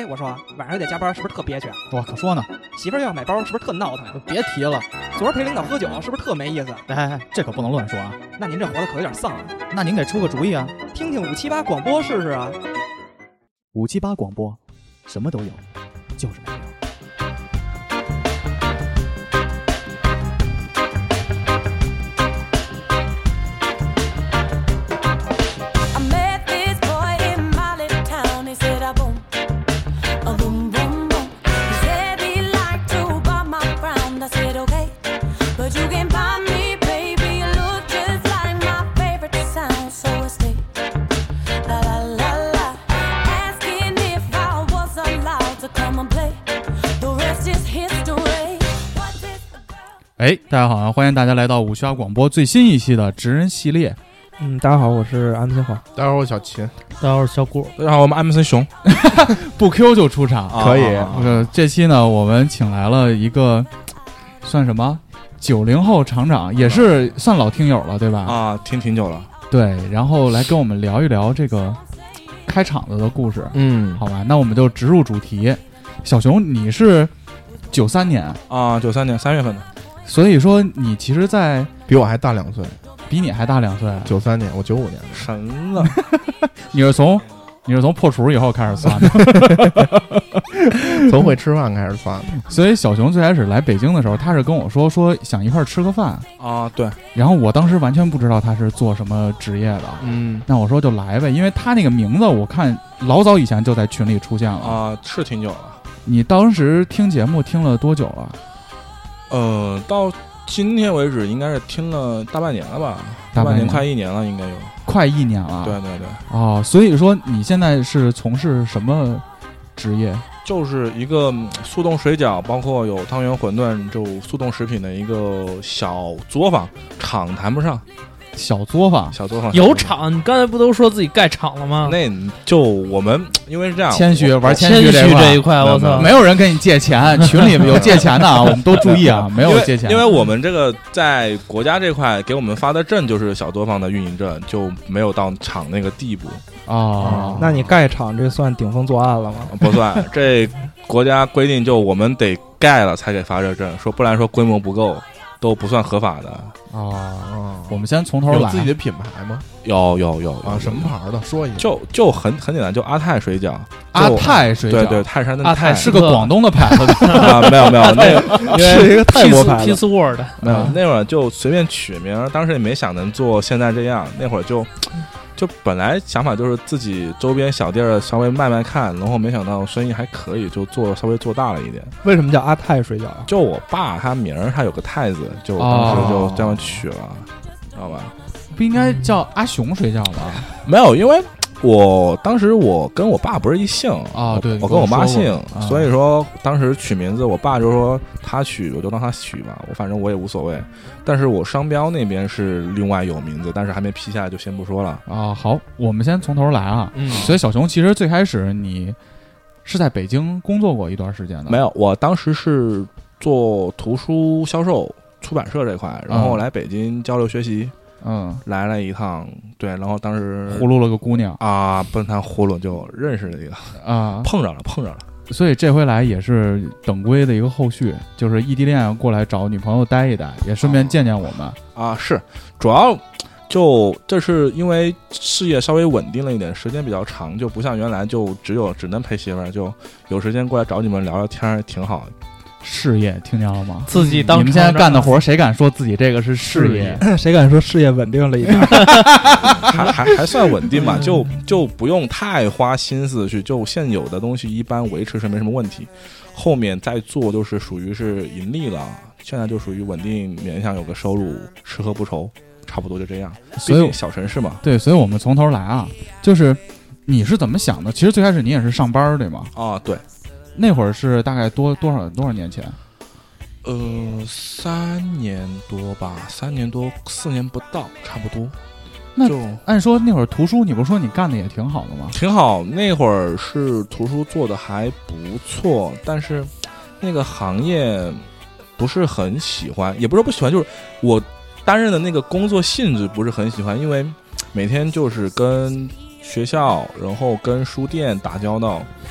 哎，我说晚上又得加班，是不是特憋屈？ 我可说呢， 媳妇儿要买包，是不是特闹腾呀？ 别提了， 昨儿陪领导喝酒，是不是特没意思？ 哎，这可不能乱说啊。 那您这活的可有点丧啊。 那您给出个主意啊。 听听578广播试试啊。 578广播，什么都有，就是没有。哎，大家好，欢迎大家来到578广播最新一期的职人系列。 大家好，我是安森华。 大家好，我是小秦。 大家好，我是小顾。 大家好，我们安森熊。 不 Q 就出场， 可以。 这期呢，我们请来了一个算什么90后厂长，也是算老听友了，对吧？ 啊，听挺久了。 对，然后来跟我们聊一聊这个开场子的故事。好吧，那我们就直入主题。小熊，你是93年啊，93年3月份的。 所以说你其实在比我还大2岁， 比你还大2岁。 93年，我95年的。神了！ 你是从破除以后开始算的， 从会吃饭开始算的。 所以小熊最开始来北京的时候，他是跟我说想一块吃个饭啊，对。 然后我当时完全不知道他是做什么职业的，那我说就来呗，因为他那个名字我看老早以前就在群里出现了啊，是挺久了。 你当时听节目听了多久了？ 到今天为止应该是听了大半年了吧，大半年快1年了，应该有快1年了。 对对对。 哦，所以说你现在是从事什么职业？ 就是一个速冻水饺，包括有汤圆、馄饨，就速冻食品的一个小作坊，厂谈不上。 小作坊有厂，你刚才不都说自己盖厂了吗？ 那就我们因为是这样， 谦虚玩谦虚这一块，我操， 没有人跟你借钱，群里有借钱的啊，我们都注意啊，没有借钱。 因为我们这个在国家这块给我们发的证就是小作坊的运营证，就没有到厂那个地步啊。 那你盖厂这算顶风作案了吗？ 不算，这国家规定就我们得盖了才给发这证，说不然说规模不够。都不算合法的我们先从头来。 有自己的品牌吗？有啊，什么牌的？说一下。 就很简单，就阿泰水饺。 阿泰水饺， 对，泰山的阿泰是个广东的牌子啊，没有，那是一个泰国牌子。 Peace World 没有，那会儿就随便取名，当时也没想能做现在这样，那会儿就本来想法就是自己周边小店稍微卖看，然后没想到生意还可以，就稍微做大了一点。 为什么叫阿泰水饺啊？ 就我爸他名儿他有个泰字，就当时就这样取了，知道吧？ 不应该叫阿熊水饺吧？ 没有，因为我当时我跟我爸不是一姓啊，对， 我跟我妈姓，所以说当时取名字，我爸就说他取，我就让他取吧，反正我也无所谓。但是我商标那边是另外有名字，但是还没批下来，就先不说了啊。好，我们先从头来啊。所以小熊其实最开始你是在北京工作过一段时间的？ 没有，我当时是做图书销售、出版社这块，然后来北京交流学习。来了一趟，对，然后当时呼噜了个姑娘啊，不能谈呼噜，就认识了一个啊，碰着了。 所以这回来也是等规的一个后续，就是异地恋过来找女朋友待一待，也顺便见见我们啊。是，主要就这是因为事业稍微稳定了一点，时间比较长，就不像原来就只能陪媳妇儿，就有时间过来找你们聊聊天，挺好。 事业听见了吗？ 自己当你们现在干的活，谁敢说自己这个是事业？ 谁敢说事业稳定了一点？ 还算稳定吧，就不用太花心思去，就现有的东西一般维持是没什么问题。后面再做就是属于是盈利了，现在就属于稳定，勉强有个收入，吃喝不愁，差不多就这样。所以小城市嘛， 对，所以我们从头来啊，就是你是怎么想的？其实最开始你也是上班对吗？ 啊，对。 那会儿是大概多少年前 ？3年多吧，3年多4年不到，差不多。 那就按说那会儿图书，你不是说你干的也挺好的吗？ 挺好，那会儿是图书做的还不错，但是那个行业不是很喜欢，也不是不喜欢，就是我担任的那个工作性质不是很喜欢，因为每天就是跟学校，然后跟书店打交道。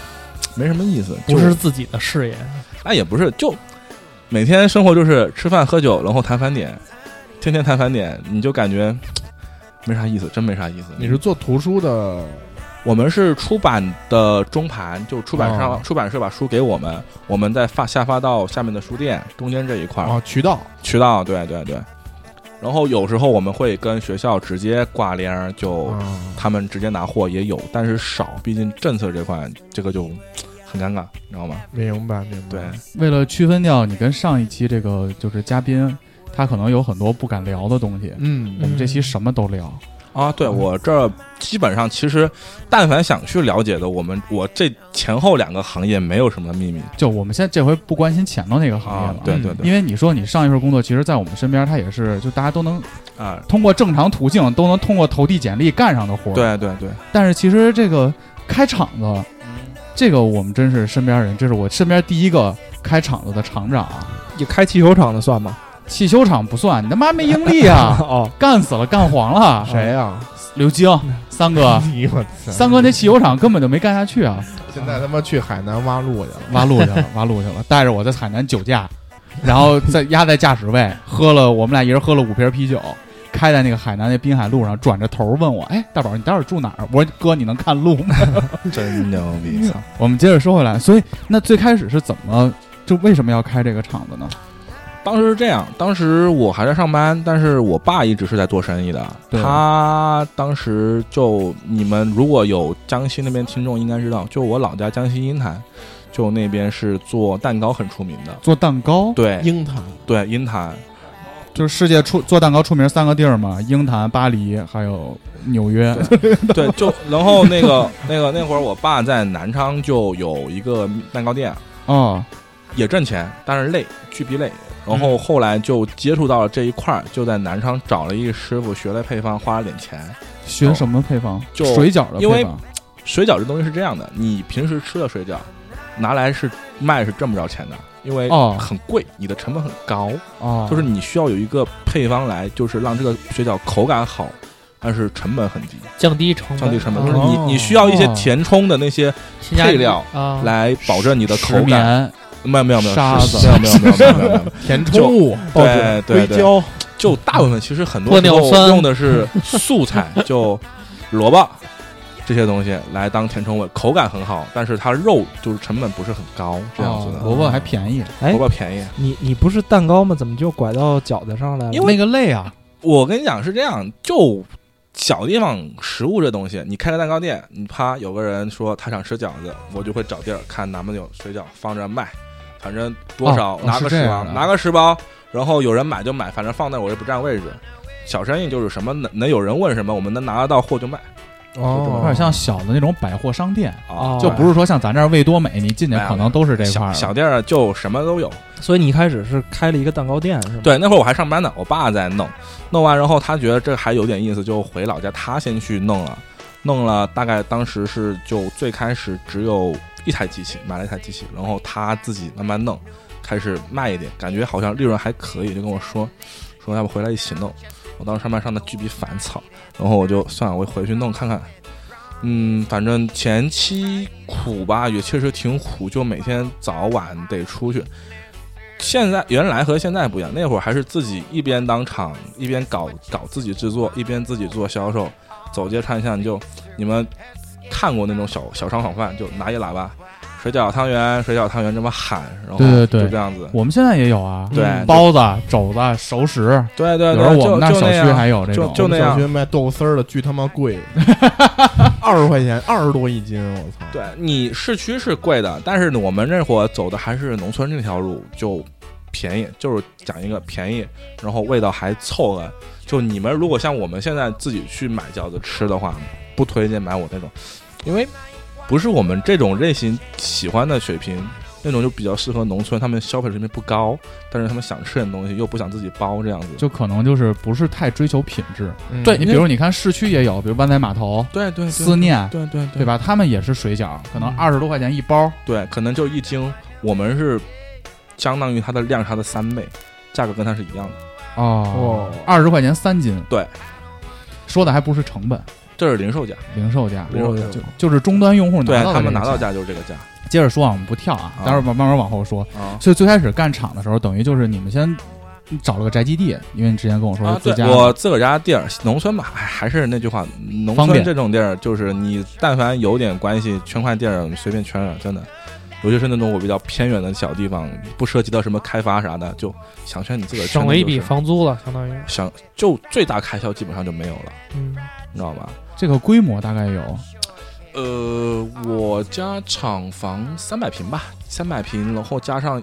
没什么意思， 不是自己的事业。 那也不是，就每天生活就是吃饭喝酒，然后谈返点，天天谈返点，你就感觉没啥意思，真没啥意思。 你是做图书的？ 我们是出版的中盘，就出版社把书给我们，我们再下发到下面的书店，中间这一块渠道， 对对对。然后有时候我们会跟学校直接挂链，就他们直接拿货也有，但是少，毕竟政策这块这个就很尴尬，你知道吗？ 明白。 对， 为了区分掉你跟上一期这个就是嘉宾，他可能有很多不敢聊的东西，我们这期什么都聊。 啊，对，我这基本上其实但凡想去了解的，我这前后2个行业没有什么秘密， 就我们现在这回不关心前头那个行业了， 对对对， 因为你说你上一份工作，其实在我们身边，它也是就大家都能通过正常途径都能通过投递简历干上的活， 对对对。 但是其实这个开厂子，这个我们真是身边人，这是我身边第一个开厂子的厂长。 你开汽修厂的算吗？ 汽修厂不算，你他妈没盈利啊！干死了，干黄了。 谁呀？ 刘晶，三哥，三哥那汽油厂根本就没干下去啊！ 现在他妈去海南挖路去了， 带着我在海南酒驾，然后压在驾驶位，我们俩一人喝了5瓶啤酒，开在那个海南那滨海路上，转着头问我：“哎，大宝，你待会儿住哪儿？”我说：“哥，你能看路吗？” 真牛逼！ 我们接着说回来，所以那最开始是怎么就为什么要开这个厂子呢？ 当时是这样，当时我还在上班，但是我爸一直是在做生意的。他当时就你们如果有江西那边听众应该知道，就我老家江西鹰潭，就那边是做蛋糕很出名的。 做蛋糕？ 对， 鹰潭， 对鹰潭， 就是世界做蛋糕出名3个地儿嘛，鹰潭、巴黎还有纽约。 对，就然后那会儿我爸在南昌就有一个蛋糕店，也挣钱，但是累，巨逼累。然后后来就接触到了这一块，就在南昌找了一个师傅学了配方，花了点钱。 学什么配方？ 就水饺的配方。 因为水饺这东西是这样的，你平时吃的水饺拿来卖是挣不着钱的，因为很贵，你的成本很高。就是你需要有一个配方来，就是让这个水饺口感好，但是成本很低， 降低成本。 就是你需要一些填充的那些配料来保证你的口感。没有沙子， 没有填充物， 对硅胶， 就大部分其实很多时候用的是素菜，就萝卜这些东西来当填充物，口感很好，但是它肉就是成本不是很高，这样子的。 萝卜还便宜， 萝卜便宜。 你不是蛋糕吗？怎么就拐到饺子上来了？ 因为那个累啊！ 我跟你讲是这样，就小地方食物这东西，你开个蛋糕店，你啪有个人说他想吃饺子，我就会找地儿看哪们有水饺放着卖。反正多少拿个10包，然后有人买就买，反正放那我也不占位置。小生意就是什么能有人问什么，我们能拿得到货就卖。 有点像小的那种百货商店，就不是说像咱这儿味多美，你进去可能都是这块。 小店就什么都有。 所以你一开始是开了一个蛋糕店是吗？ 对，那会儿我还上班呢，我爸在弄完，然后他觉得这还有点意思，就回老家，他先去弄了，大概当时是就最开始只有1台机器，买了1台机器，然后他自己慢慢弄，开始卖一点，感觉好像利润还可以，就跟我说要不回来一起弄。我当时上班上的巨比烦躁，然后我就算了，我回去弄看看。反正前期苦吧，也确实挺苦，就每天早晚得出去。现在原来和现在不一样，那会儿还是自己一边当厂，一边搞自己制作，一边自己做销售，走街串巷。就你们看过那种小商小贩，就拿一喇叭，水饺汤圆这么喊，然后对就这样子。 我们现在也有啊， 对， 包子、肘子、熟食， 对， 有时候我们那小区还有这种， 就那样。 小区卖豆腐丝儿的巨他妈贵，20块钱，20多一斤，我操！ 对，你市区是贵的，但是我们那会儿走的还是农村这条路，就便宜，就是讲一个便宜，然后味道还凑合。就你们如果像我们现在自己去买饺子吃的话，不推荐买我那种，因为不是我们这种类型喜欢的水平，那种就比较适合农村，他们消费水平不高，但是他们想吃点东西又不想自己包，这样子就可能就是不是太追求品质。 对， 你比如你看市区也有，比如湾仔码头， 对， 思念， 对吧？他们也是水饺，可能20多块钱一包， 对，可能就1斤，我们是相当于它的量它的3倍，价格跟它是一样的。 20块钱3斤， 对， 说的还不是成本。 这是零售价， 就是终端用户拿到的， 对他们拿到价就是这个价。 接着说啊，我们不跳啊，待会儿慢慢往后说。所以最开始干厂的时候，等于就是你们先找了个宅基地，因为你之前跟我说自家， 我自个儿家地儿，农村嘛，还是那句话，农村这种地儿，就是你但凡有点关系，圈块地儿你随便圈了，真的。尤其是那种我比较偏远的小地方，不涉及到什么开发啥的，就想圈你自个儿圈， 省了一笔房租了，相当于就最大开销基本上就没有了，你知道吧？ 这个规模大概有。 我家厂房300平吧，300平，然后加上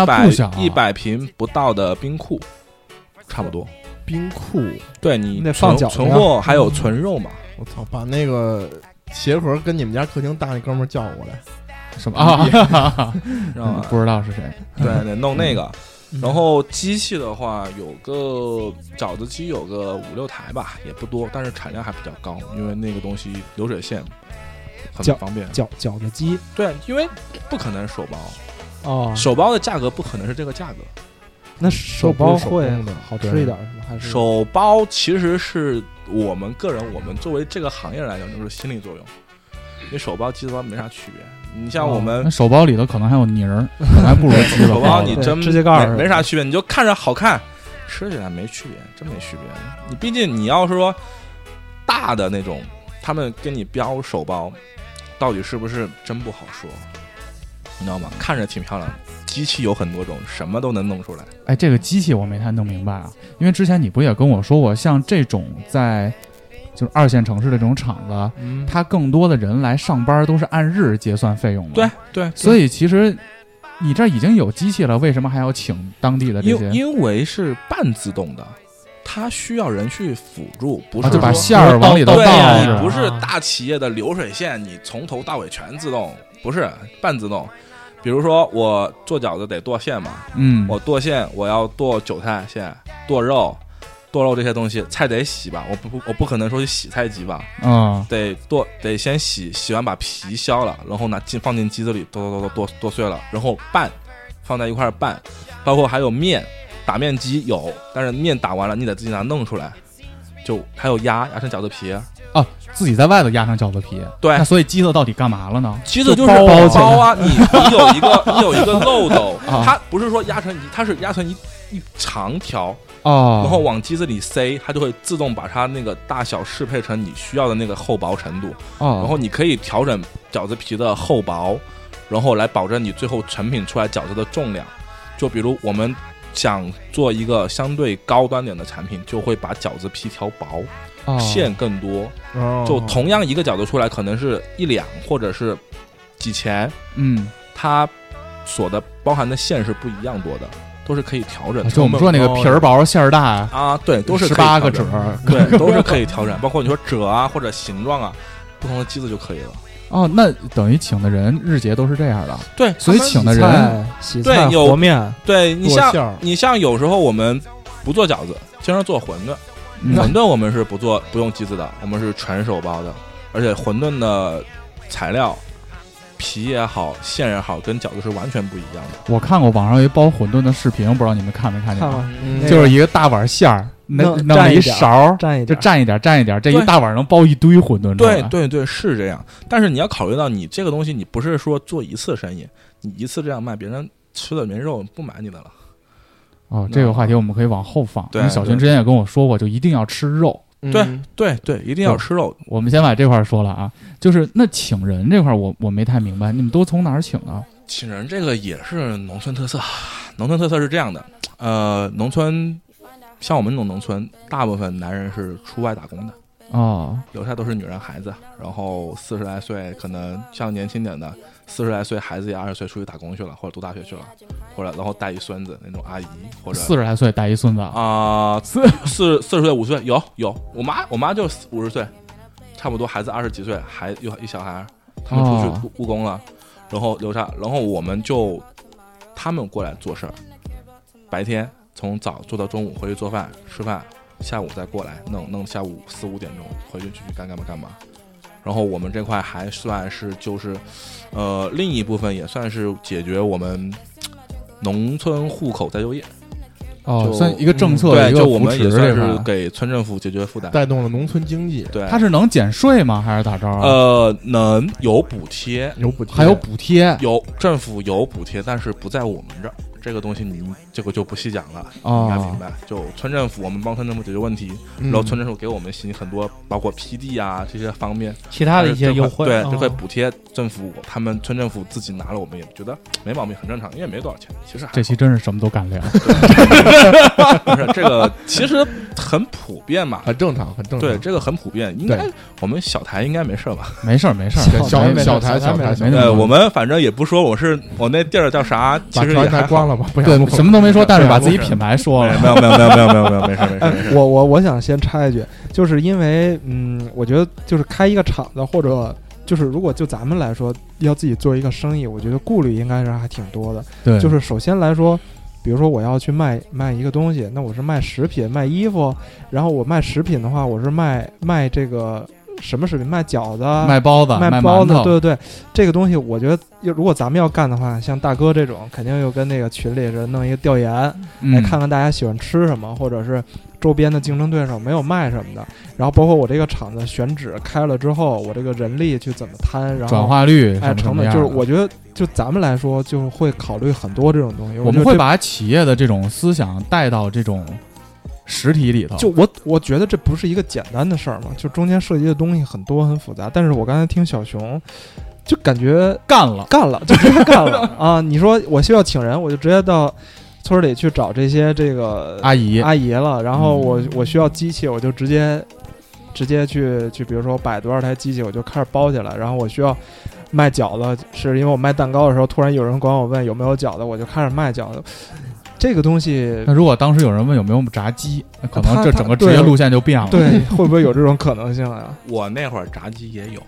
100平不到的冰库，差不多。 冰库， 对你那放脚存货还有存肉嘛？ 我操，把那个鞋盒跟你们家客厅大那哥们儿叫过来。 什么啊？ 知道吗？ 不知道是谁。 对，得弄那个。然后机器的话，有个饺子机，有个5、6台吧，也不多，但是产量还比较高，因为那个东西流水线很方便。 饺子机， 对，因为不可能手包哦， 手包的价格不可能是这个价格。 那手包会好吃一点是吗？还是手包其实是我们个人，我们作为这个行业来讲，就是心理作用。你手包鸡子包没啥区别。你像我们手包里头可能还有泥儿，可能还不如鸡子包。 手包你真指甲盖没啥区别，你就看着好看，吃起来没区别，真没区别。你毕竟你要是说大的那种，他们跟你标手包，到底是不是真不好说，你知道吗？看着挺漂亮的，机器有很多种，什么都能弄出来。 哎，这个机器我没太弄明白啊，因为之前你不也跟我说过，像这种在就是2线城市的这种厂子，它更多的人来上班都是按日结算费用的。 对， 所以其实你这已经有机器了，为什么还要请当地的这些？ 因为是半自动的，它需要人去辅助，不是就把馅儿往里头倒。 你不是大企业的流水线，你从头到尾全自动，不是半自动。比如说我做饺子得剁馅嘛，我剁馅，我要剁韭菜馅、剁肉这些东西，菜得洗吧，我不可能说去洗菜机吧，得先洗完把皮削了，然后放进机子里剁碎了，然后拌，放在一块拌，包括还有面，打面机有，但是面打完了你得自己拿弄出来，就还有压成饺子皮啊，自己在外头压上饺子皮。 对， 那所以机子到底干嘛了呢？ 机子就是包啊，你有一个漏斗，它不是说压成它是压成一长条。然后往机子里塞，它就会自动把它那个大小适配成你需要的那个厚薄程度。然后你可以调整饺子皮的厚薄，然后来保证你最后成品出来饺子的重量。就比如我们想做一个相对高端点的产品，就会把饺子皮调薄，馅更多。就同样一个饺子出来，可能是1两或者是几钱，它所的包含的馅是不一样多的。都是可以调整的， 就我们说那个皮儿薄馅儿大啊，对，都是 18个褶， 对，都是可以调整，包括你说褶啊或者形状啊，不同的机子就可以了。 哦，那等于请的人日结都是这样的， 对， 所以请的人洗菜和面， 对你像有时候我们不做饺子，经常做馄饨，馄饨我们是不用机子的，我们是全手包的，而且馄饨的材料。皮也好，馅也好，跟饺子是完全不一样的。 我看过网上有一包馄饨的视频，不知道你们看没看见过？ 看就是一个大碗馅儿，弄一勺，就蘸一点，这一大碗能包一堆馄饨出来。 对，是这样。但是你要考虑到，你这个东西，你不是说做一次生意，你一次这样卖，别人吃了没肉不买你的了。 哦，这个话题我们可以往后放。 对， 小群之前也跟我说过，就一定要吃肉。 对，一定要吃肉。 我们先把这块说了啊，就是那请人这块我没太明白，你们都从哪儿请啊？ 请人这个也是农村特色。农村特色是这样的，农村像我们这种农村，大部分男人是出外打工的。留下都是女人孩子，然后40来岁，可能像年轻点的40来岁，孩子也20岁出去打工去了，或者读大学去了，或者然后带一孙子那种阿姨，或者 40来岁带一孙子啊，40岁50岁有，我妈就50岁，差不多孩子20几岁，还有一小孩，他们出去务工了，然后留下，然后我们就他们过来做事儿，白天从早做到中午，回去做饭吃饭。下午再过来弄下午4、5点钟回去继续干嘛，然后我们这块还算是就是另一部分也算是解决我们农村户口再就业， 哦，算一个政策， 对， 一个就我们也算扶持是给村政府解决负担， 带动了农村经济。 对， 它是能减税吗？还是咋着啊？ 能有补贴， 还有补贴， 有政府有补贴，但是不在我们这儿。这个东西你这个就不细讲了，你应该明白。就村政府，我们帮村政府解决问题，然后村政府给我们行很多，包括批地啊这些方面， 其他的一些优惠， 对，这会补贴政府，他们村政府自己拿了，我们也觉得没毛病，很正常，因为没多少钱。其实这期真是什么都敢聊， 不是这个其实很普遍嘛， 很正常，很正常。 对，这个很普遍，应该我们小台应该没事吧？ 没事， 小台没。 我们反正也不说我那地儿叫啥，其实也还关了吧。 对，什么都没说，但是把自己品牌说了。 没有，没事。 我想先插一句，就是因为我觉得就是开一个厂子，或者就是如果就咱们来说要自己做一个生意，我觉得顾虑应该是还挺多的。 对， 就是首先来说，比如说我要去卖一个东西，那我是卖食品、卖衣服，然后我卖食品的话，我是卖这个。什么食品？卖饺子、 卖包子、 卖包子，对，这个东西我觉得，如果咱们要干的话，像大哥这种，肯定又跟那个群里是弄一个调研，来看看大家喜欢吃什么，或者是周边的竞争对手没有卖什么的。然后包括我这个厂子选址开了之后，我这个人力去怎么摊，然后转化率、 成本，就是我觉得就咱们来说，就会考虑很多这种东西。 我们会把企业的这种思想带到这种实体里头， 就我觉得这不是一个简单的事儿嘛，就中间涉及的东西很多很复杂。但是我刚才听小熊，就感觉干了，就直接干了啊！你说我需要请人，我就直接到村里去找这些这个阿姨了。然后我需要机器，我就直接去，比如说摆多少台机器，我就开始包起来。然后我需要卖饺子，是因为我卖蛋糕的时候，突然有人管我问有没有饺子，我就开始卖饺子。这个东西， 那如果当时有人问有没有炸鸡，那可能这整个职业路线就变了。 对，会不会有这种可能性呀？ 我那会儿炸鸡也有，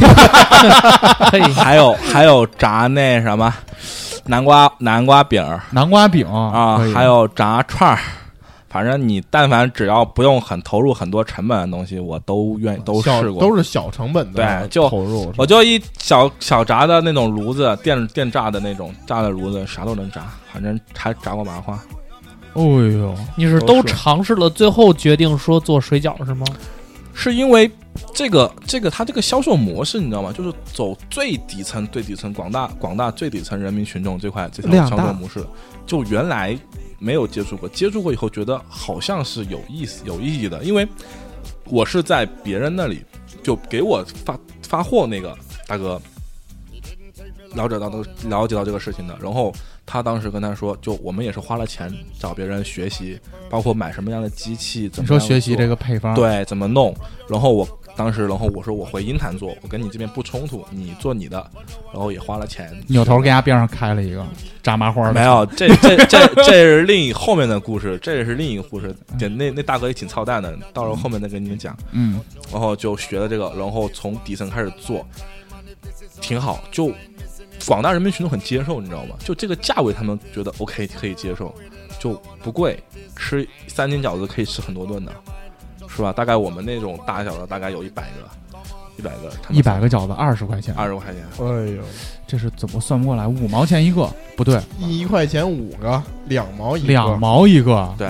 还有炸那什么南瓜饼啊，还有炸串儿。反正你但凡只要不用很投入很多成本的东西，我都愿意都试过， 都是小成本的。 对，就投入。 我就一小炸的那种炉子，电炸的那种炸的炉子，啥都能炸，反正还炸过麻花。 哦呦， 你是都尝试了，最后决定说做水饺是吗？ 是因为这个它这个销售模式你知道吗？就是走最底层广大最底层人民群众这条销售模式，就原来没有接触过以后觉得好像是有意义的，因为我是在别人那里就给我发货那个大哥了解到这个事情的，然后他当时跟他说，就我们也是花了钱找别人学习，包括买什么样的机器，怎么样你说学习这个配方， 对，怎么弄，然后我说我回鹰潭做，我跟你这边不冲突，你做你的，然后也花了钱， 扭头跟家边上开了一个炸麻花的， 没有，这是后面的故事，这也是另一个故事。那大哥也挺操蛋的，到时候后面再跟你们讲。然后就学了这个，然后从底层开始做，挺好，就广大人民群众很接受，你知道吗？就这个价位他们觉得 OK 可以接受，就不贵，吃3斤饺子可以吃很多顿的。是吧？大概我们那种大小的，大概有100个 ，100个饺子20块钱 ，20块钱。 哎呦， 这是怎么算不过来？5毛钱一个，不对 ，1块钱5个，2毛一个 ，2毛一个， 对，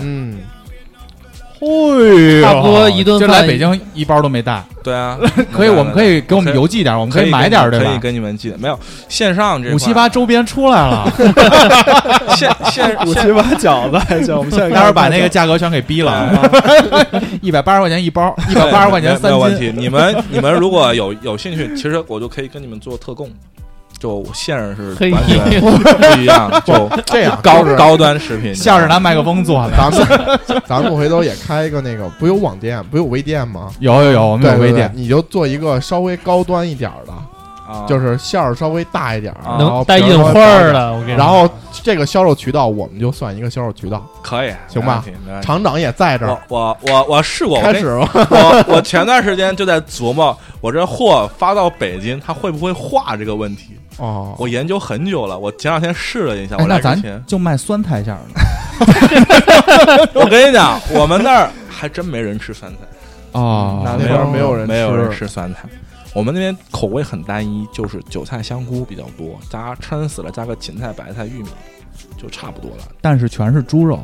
差不多一顿饭。 就来北京一包都没带。 对啊， 可以，我们可以给我们邮寄点，我们可以买点，对吧？ 可以跟你们寄，没有线上这 578周边出来了， 线 578饺子还行，我们现在待会儿把那个价格全给逼了，180块钱一包，180块钱3斤， 没有问题。你们如果有兴趣，其实我就可以跟你们做特供。就馅儿是完全不一样，就这样高端食品， 馅儿是拿麦克风做的。咱们回头也开一个那个，不有网店，不有微店吗？ 有，我们有微店， 你就做一个稍微高端一点的，就是馅儿稍微大一点， 能带印花的。我跟你说， 然后这个销售渠道我们就算一个销售渠道， 可以， 行吧？厂长也在这儿， 我试过， 开始我前段时间就在琢磨，我这货发到北京，它会不会化这个问题。我研究很久了，我前2天试了一下。 那咱就卖酸菜馅儿的。我跟你讲，我们那儿还真没人吃酸菜那边没有人吃酸菜。我们那边口味很单一，就是韭菜、香菇比较多，撑死了加个芹菜、白菜、玉米，就差不多了。 但是全是猪肉。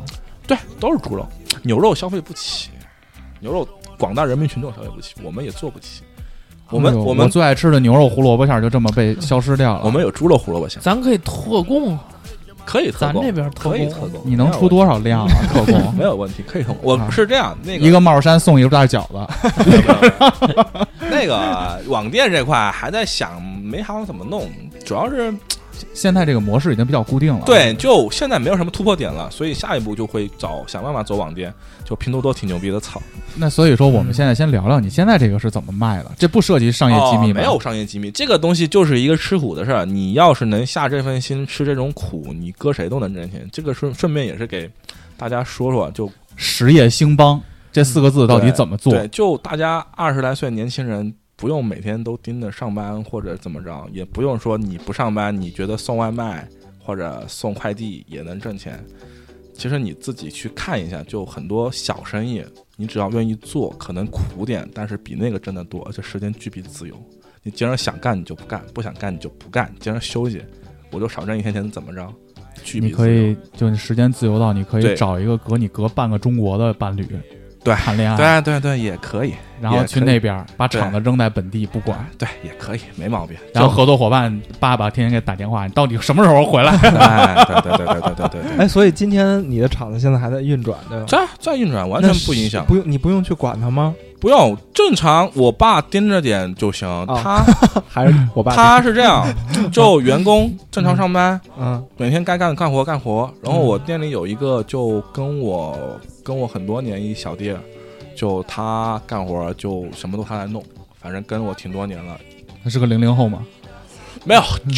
对，都是猪肉，牛肉消费不起，牛肉广大人民群众消费不起，我们也做不起。我们最爱吃的牛肉胡萝卜馅就这么被消失掉了。 我们有猪肉胡萝卜馅， 咱可以特供， 可以特供， 咱这边可以特供， 你能出多少量啊？特供没有问题，可以特供。我是这样，那个一个帽衫送一个袋饺子。 那个网店这块还在想，没好怎么弄，主要是现在这个模式已经比较固定了。 对，就现在没有什么突破点了，所以下一步就会想办法走网店。就拼多多挺牛逼的，操！ 那所以说，我们现在先聊聊你现在这个是怎么卖的？这不涉及商业机密吧？ 没有商业机密，这个东西就是一个吃苦的事儿。你要是能下这份心，吃这种苦，你搁谁都能挣钱。这个顺便也是给大家说说，就实业兴邦这4个字到底怎么做？ 对，就大家20来岁年轻人。不用每天都盯着上班或者怎么着，也不用说你不上班，你觉得送外卖或者送快递也能挣钱。其实你自己去看一下，就很多小生意，你只要愿意做，可能苦点，但是比那个挣得多，而且时间巨比自由。你既然想干，你就不干；不想干，你就不干。既然休息，我就少挣1天钱，怎么着？巨比自由。 你可以就你时间自由到你可以找一个你隔半个中国的伴侣。 对， 谈恋爱， 对，也可以， 然后去那边把厂子扔在本地不管， 对，也可以，没毛病。 然后合作伙伴爸爸天天给打电话，你到底什么时候回来？ 对。 哎，所以今天你的厂子现在还在运转，对吧？ 在运转，完全不影响。 你不用去管它吗？ 不用，正常，我爸盯着点就行。他还是我爸， 他是这样，就员工正常上班，每天该干活干活。然后我店里有一个，就跟我很多年一小爹，就他干活就什么都他来弄，反正跟我挺多年了。 他是个00后吗？ 没有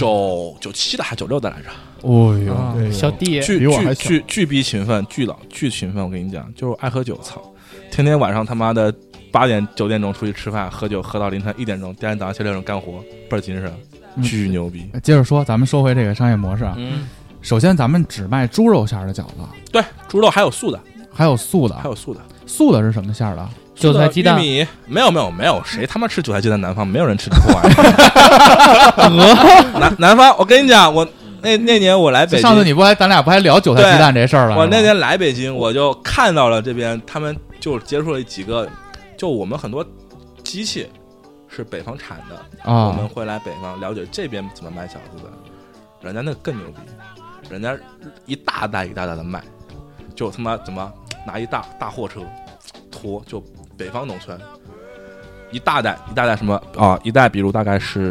，97的还96的来着。 哦呦，小弟巨逼勤奋，巨勤奋。我跟你讲，就是爱喝酒，操，天天晚上他妈的8点9点钟出去吃饭喝酒，喝到凌晨1点钟，第二天早上7、6点钟干活，倍儿精神，巨牛逼。 接着说，咱们说回这个商业模式啊。首先咱们只卖猪肉馅的饺子， 对，猪肉还有素的。 素的是什么馅的？ 韭菜鸡蛋。 玉米没有，谁他妈吃韭菜鸡蛋？南方没有人吃这玩意儿。南方，我跟你讲，我那年我来北京， 上次咱俩不还聊韭菜鸡蛋这事儿了？ 我那年来北京，我就看到了这边他们就接触了几个，就我们很多机器是北方产的我们会来北方了解这边怎么卖饺子的，人家那更牛逼，人家一大袋一大袋的卖，就他妈怎么拿一大货车拖，就北方农村一大袋什么啊？一袋比如大概是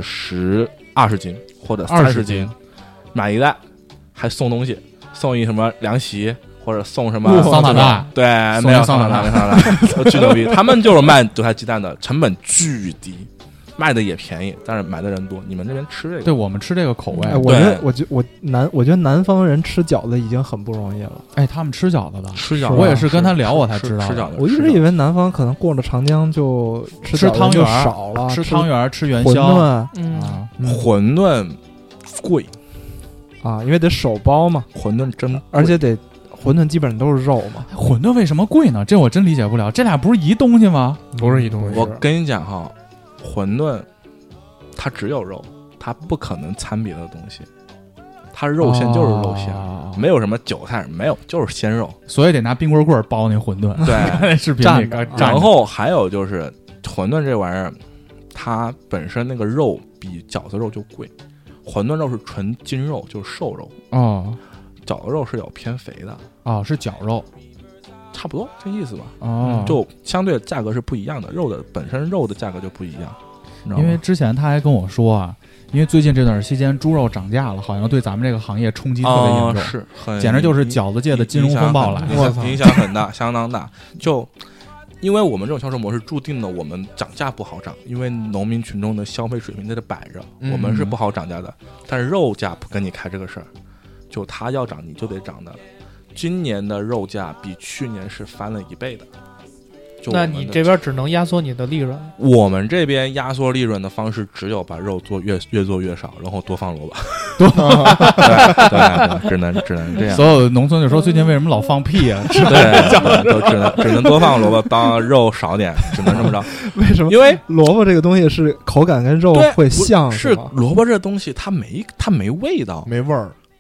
20斤或者30斤，买一袋还送东西，送一什么凉席或者送什么桑塔纳， 对，没有桑塔纳，巨牛逼。他们就是卖韭菜鸡蛋的，成本巨低。卖的也便宜，但是买的人多。你们这边吃这个？ 对，我们吃这个口味。 我觉得南方人吃饺子已经很不容易了。 哎，他们吃饺子的， 吃饺子， 我也是跟他聊我才知道。 吃饺子， 我一直以为南方可能过了长江就吃汤圆少了， 吃汤圆，吃元宵， 馄饨贵啊，因为得手包嘛。 馄饨真， 而且馄饨基本上都是肉嘛。 馄饨为什么贵呢？这我真理解不了。这俩不是一东西吗？ 不是一东西。 我跟你讲哈。馄饨它只有肉，它不可能掺别的东西，它肉馅就是肉馅，没有什么韭菜，没有，就是鲜肉， 所以得拿冰棍棍包那馄饨。 对， 视频里然后还有就是馄饨这玩意儿，它本身那个肉比饺子肉就贵，馄饨肉是纯筋肉，就是瘦肉饺子肉是有偏肥的是绞肉。 差不多这意思吧，就相对价格是不一样的，本身肉的价格就不一样。 因为之前他还跟我说啊，因为最近这段期间猪肉涨价了，好像对咱们这个行业冲击特别严重， 是简直就是饺子界的金融风暴来， 影响很大，相当大。就因为我们这种销售模式，注定了我们涨价不好涨，因为农民群众的消费水平在这摆着，我们是不好涨价的。但是肉价不跟你开这个事儿，就它要涨你就得涨的。今年的肉价比去年是翻了1倍的， 那你这边只能压缩你的利润。 我们这边压缩利润的方式只有把肉做越做越少，然后多放萝卜。对，只能这样。 所有农村就说最近为什么老放屁啊？ 对，都只能多放萝卜，帮肉少点，只能这么着。 为什么？ 因为萝卜这个东西是口感跟肉会像， 是萝卜这东西它没味道， 没味儿。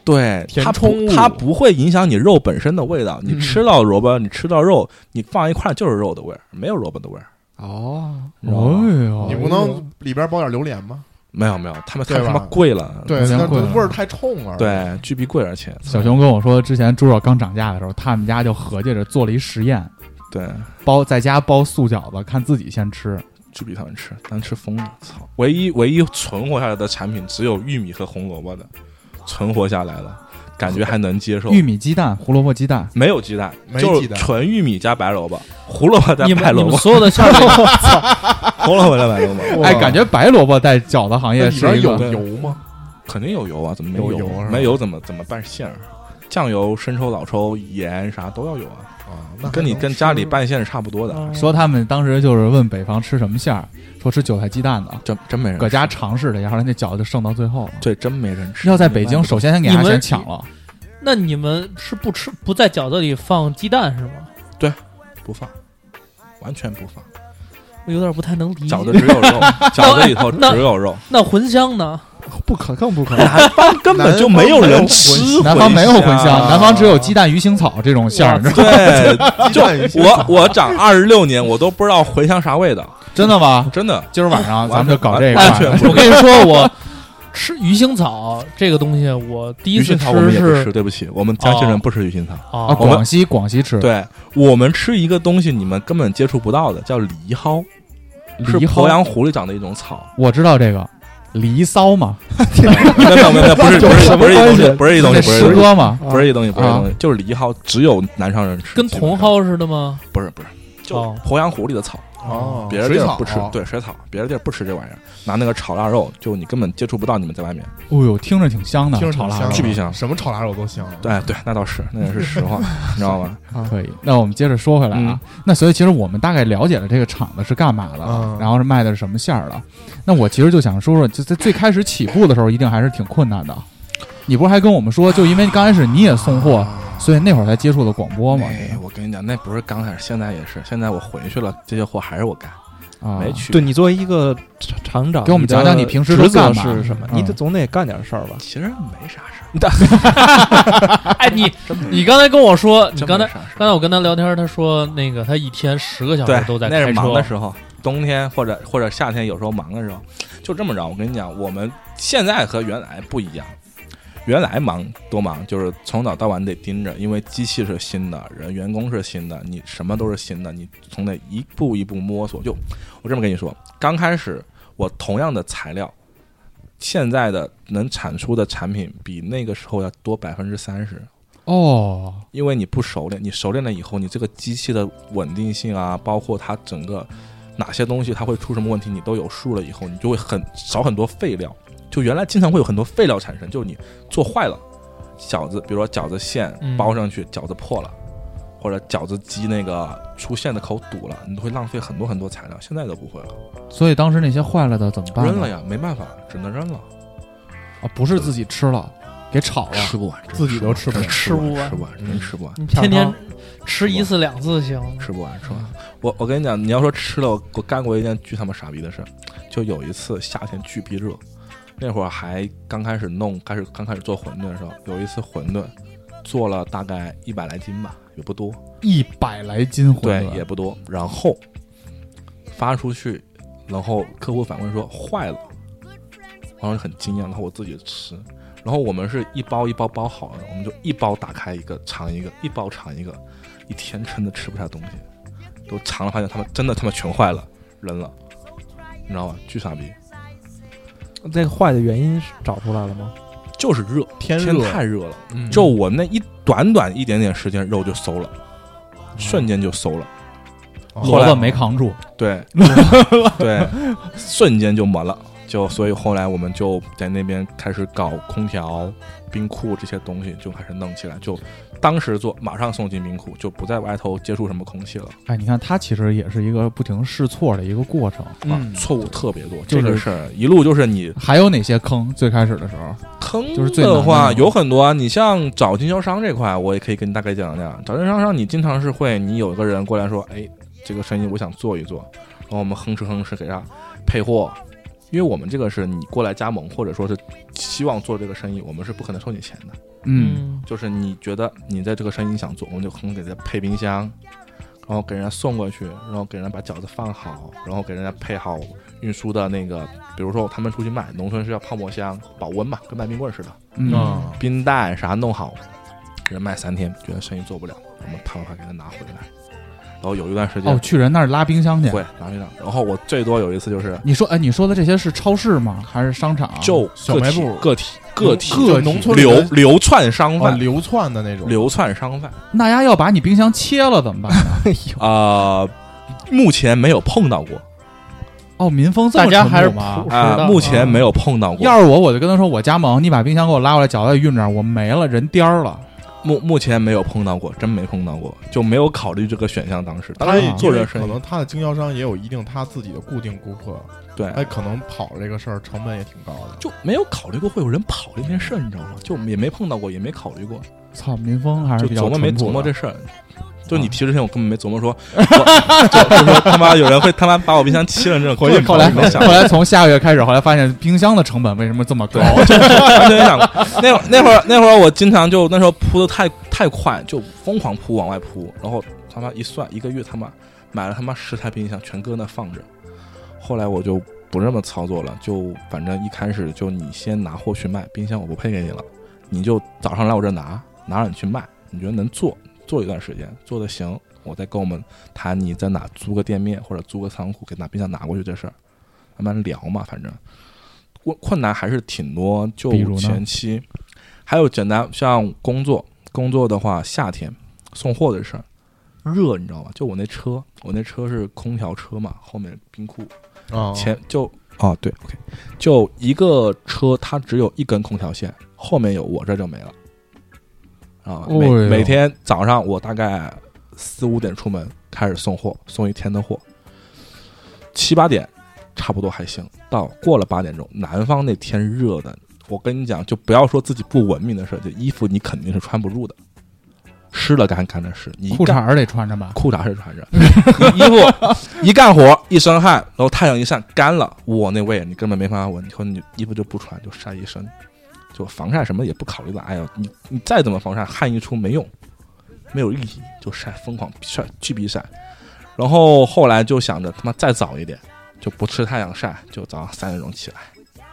对， 填充物它不会影响你肉本身的味道。你吃到萝卜，你吃到肉，你放一块就是肉的味儿，没有萝卜的味儿。 哦， 你知道吗呦你不能里边包点榴莲吗？ 没有，他们对吧太他妈贵了。 对，那榴莲贵了味儿太冲了。 对，巨逼贵，而且小熊跟我说，之前猪肉刚涨价的时候，他们家就合计着做了一实验， 对， 在家包素饺子，看自己先吃。 巨逼他们吃，单吃疯了，操！唯一存活下来的产品只有玉米和红萝卜的，存活下来了，感觉还能接受。 玉米鸡蛋、胡萝卜鸡蛋， 没有鸡蛋， 没鸡蛋就是纯玉米加白萝卜，胡萝卜加你白萝卜， 们所有的馅饼， 胡萝卜加白萝卜， 哎，感觉白萝卜在饺子行业那里边有是一个油吗？ 肯定有油啊，怎么没有油是吧没油怎么拌馅儿？酱油、生抽、老抽、盐啥都要有啊， 那跟你跟家里拌馅是差不多的。 说他们当时就是问北方吃什么馅儿，说吃韭菜鸡蛋的， 真没人搁家吃尝试了一下，后来那饺子就剩到最后了。 对，真没人吃。 要在北京，首先先给大家你们先抢了。 那你们是不在饺子里放鸡蛋是吗？ 不放，完全不放， 我有点不太能理解。 饺子只有肉，饺子里头只有肉， 那茴香呢？ 更不可能。 南方根本就没有人吃南方没有茴香， 香， 南方只有鸡蛋鱼腥草这种馅儿，你知道吗？ 对， 鸡蛋与香草我长26年，我都不知道茴香啥味道， 真的吗？ 真的。 今儿晚上咱们就搞这个完全不我跟你说，我吃鱼腥草这个东西，我第一次鱼腥草我们吃是也不吃，对不起，我们江西人不吃鱼腥草。 啊， 哦， 广西吃， 对，我们吃一个东西你们根本接触不到的，叫狸蒿，是狸蒿鄱阳湖里长的一种草。 我知道这个离骚嘛， 没有，不是一东西，不是一东西，不是一东那西， 诗歌嘛， 不是一东西，不是一东西，就是狸蒿，只有南上人吃， 跟茼蒿似的吗？ 不是，就哦鄱阳湖里的草。 哦， 别的地水草儿不吃，对水草，别的地儿不吃这玩意儿，拿那个炒腊肉，就你根本接触不到，你们在外面。 哦呦，听着挺香的， 听着炒腊肉挺香的， 巨逼香什么炒腊肉都香。 对，那倒是，那也是实话，你知道吗？ 可以。那我们接着说回来啊，那所以其实我们大概了解了这个厂子是干嘛的，然后是卖的是什么馅儿的。那我其实就想说说，就在最开始起步的时候，一定还是挺困难的。你不是还跟我们说，就因为刚开始你也送货，所以那会儿才接触的广播嘛？ 哎，我跟你讲，那不是刚开始，现在也是，现在我回去了，这些货还是我干。 啊， 没去。 对你作为一个厂长， 给我们讲讲你平时都职责干嘛是什么？你总得干点事儿吧？ 其实没啥事儿。 哎，你刚才跟我说，你刚才真没啥事儿刚才我跟他聊天，他说那个他一天10个小时都在那是开车忙的时候，冬天或者夏天有时候忙的时候，就这么着。我跟你讲，我们现在和原来不一样。原来多忙，就是从早到晚得盯着，因为机器是新的，员工是新的，你什么都是新的，你从那一步一步摸索。就我这么跟你说，刚开始我同样的材料，现在的能产出的产品比那个时候要多30%。 哦， 因为你不熟练，你熟练了以后，你这个机器的稳定性啊，包括它整个哪些东西它会出什么问题，你都有数了以后，你就会少很多废料。就原来经常会有很多废料产生，就是你做坏了饺子，比如说饺子馅包上去，饺子破了，或者饺子机那个出馅的口堵了，你都会浪费很多很多材料。现在都不会了。 所以当时那些坏了的怎么办？ 扔了呀，没办法，只能扔了。 啊，不是自己吃了，给炒了， 吃不完， 自己都吃不完， 吃不完，真吃不完。 你天天吃1次2次行， 吃不完。我跟你讲，你要说吃了，我干过一件巨他妈傻逼的事，就有一次夏天巨逼热。那会儿还刚开始做馄饨的时候，有一次馄饨做了大概100来斤吧，也不多 ，100来斤馄饨， 对，也不多。然后发出去，然后客户反馈说坏了，然后很惊讶，然后我自己吃。然后我们是一包一包包好了，我们就一包打开一个尝一个，一包尝一个，一天真的吃不下东西，都尝了发现他们全坏了，扔了，你知道吗？巨傻逼。 这个坏的原因找出来了吗？ 就是热，天太热了。就我那短一点点时间，肉就馊了，瞬间就馊了。 骡子没扛住， 对对，瞬间就没了。所以后来我们就在那边开始搞空调、冰库这些东西，就开始弄起来。就当时做，马上送进冰库，就不在外头接触什么空气了。 哎，你看，它其实也是一个不停试错的一个过程， 错误特别多。 就是这个事儿一路就是你还有哪些坑？最开始的时候， 坑就是最的话难的有很多啊。你像找经销商这块，我也可以跟你大概讲讲。找经销商，你经常是会，你有个人过来说，哎，这个生意我想做一做，然后我们哼哧给他配货。 因为我们这个是你过来加盟，或者说是希望做这个生意，我们是不可能收你钱的。就是你觉得你在这个生意你想做，我们就可能给人家配冰箱，然后给人家送过去，然后给人家把饺子放好，然后给人家配好运输的那个，比如说他们出去卖，农村是要泡沫箱保温嘛，跟卖冰棍似的，冰袋啥弄好，人卖3天，觉得生意做不了，我们啪给人拿回来。然后有一段时间去人那儿拉冰箱去， 会拉冰箱。然后我最多有一次就是你说的这些是超市吗？还是商场？ 就小卖部个体农村流窜商贩， 流窜的那种流窜商贩。 那丫要把你冰箱切了怎么办呢？ 目前没有碰到过。 民风这么淳朴吗？ 目前没有碰到过。 要是我就跟他说我加盟，你把冰箱给我拉过来，饺子运这儿，我没了，人颠儿了。 目前没有碰到过，真没碰到过，就没有考虑这个选项。当时做这生意， 可能他的经销商也有一定他自己的固定顾客， 对， 可能跑这个事儿成本也挺高的， 就没有考虑过会有人跑这件事，你知道吗？就也没碰到过，也没考虑过。 操，民风还是比较没琢磨这事儿。就你提之前，我根本没琢磨说，就说他妈有人会他妈把我冰箱切了这种。 后来从下个月开始，后来发现冰箱的成本为什么这么高？ 完全没想过。那会儿我经常就那时候铺的太快，就疯狂铺往外铺，然后他妈一算1个月他妈买了他妈10台冰箱全搁那放着。后来我就不这么操作了，就反正一开始就你先拿货去卖，冰箱我不配给你了，你就早上来我这拿着你去卖，你觉得能做一段时间，做的行，我再跟我们谈你在哪租个店面或者租个仓库给拿冰箱拿过去这事儿，慢慢聊嘛。反正困难还是挺多，就前期还有简单像工作的话，夏天送货的事儿热，你知道吗？就我那车是空调车嘛，后面冰库前就对 OK， 就一个车它只有1根空调线，后面有我这就没了。每天早上我大概4、5点出门开始送货，送1天的货，7、8点差不多还行，到过了8点钟，南方那天热的，我跟你讲，就不要说自己不文明的事，这衣服你肯定是穿不住的，湿了干的湿，你裤衩得穿着吧？ 裤衩是穿着，你衣服一干活一身汗，然后太阳一晒干了，我那味你根本没办法闻，以后你衣服就不穿，就晒一身。就防晒什么也不考虑了，哎呀，你再怎么防晒，汗一出没用，没有意义，就晒，疯狂晒，巨逼晒。然后后来就想着他妈再早一点，就不吃太阳晒，就早上3点钟起来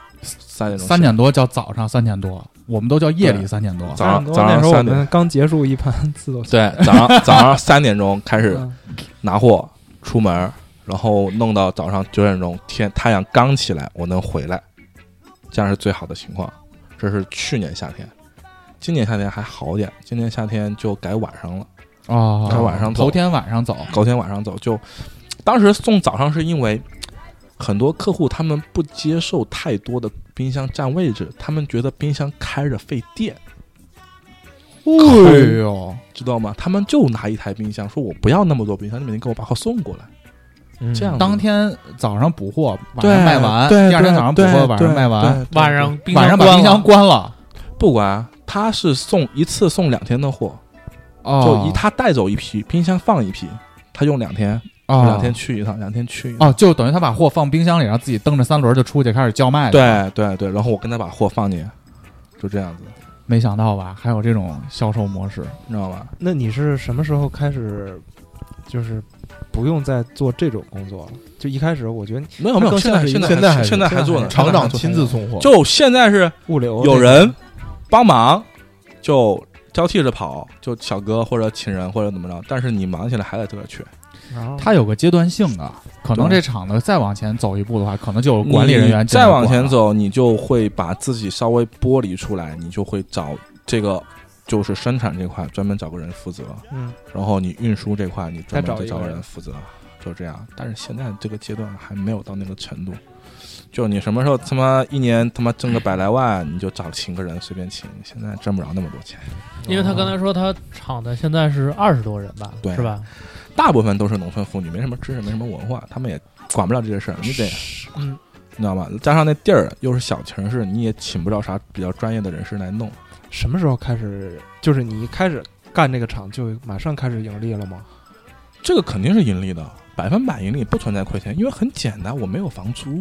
，3点多叫早上3点多，我们都叫夜里3点多。 早上 3点，刚结束一盘自动。 对，早上3点钟开始拿货出门，然后弄到早上9点钟，太阳刚起来，我能回来，这样是最好的情况。这是去年夏天，今年夏天还好点，今年夏天就改晚上了。改晚上走， 头天晚上走。就当时送早上是因为很多客户他们不接受太多的冰箱占位置，他们觉得冰箱开着费电。 哎呦， 知道吗？他们就拿1台冰箱，说我不要那么多冰箱，你每天给我把货送过来。这样当天早上补货，晚上卖完，第2天早上补货，晚上卖完， 晚上把冰箱关了， 不关，他是一次送2天的货，就他带走1批，冰箱放1批，他用2天，2天去一趟，2天去一趟， 就等于他把货放冰箱里，然后自己蹬着3轮就出去开始叫卖。 对，然后我跟他把货放进，就这样子。 没想到吧，还有这种销售模式， 你知道吧？ 那你是什么时候开始就是不用再做这种工作了？就一开始我觉得没有，现在还做呢， 厂长亲自送货。 就现在是物流有人帮忙，就交替着跑，就小哥或者请人或者怎么着。但是你忙起来还得这个去， 它有个阶段性的，可能这厂子再往前走一步的话，可能就有管理人员再往前走，你就会把自己稍微剥离出来，你就会找这个。就是生产这块专门找个人负责，然后你运输这块你专门再找个人负责，就这样。但是现在这个阶段还没有到那个程度，就你什么时候他妈1年他妈挣个100来万，你就请个人随便请，现在挣不着那么多钱。 因为他刚才说他厂的现在是20多人吧， 对， 是吧？ 大部分都是农村妇女，没什么知识，没什么文化，他们也管不了这些事儿，你得，你知道吗？加上那地儿又是小城市，你也请不着啥比较专业的人士来弄。 什么时候开始？就是你开始干这个厂，就马上开始盈利了吗？ 这个肯定是盈利的，100%盈利，不存在亏钱，因为很简单，我没有房租，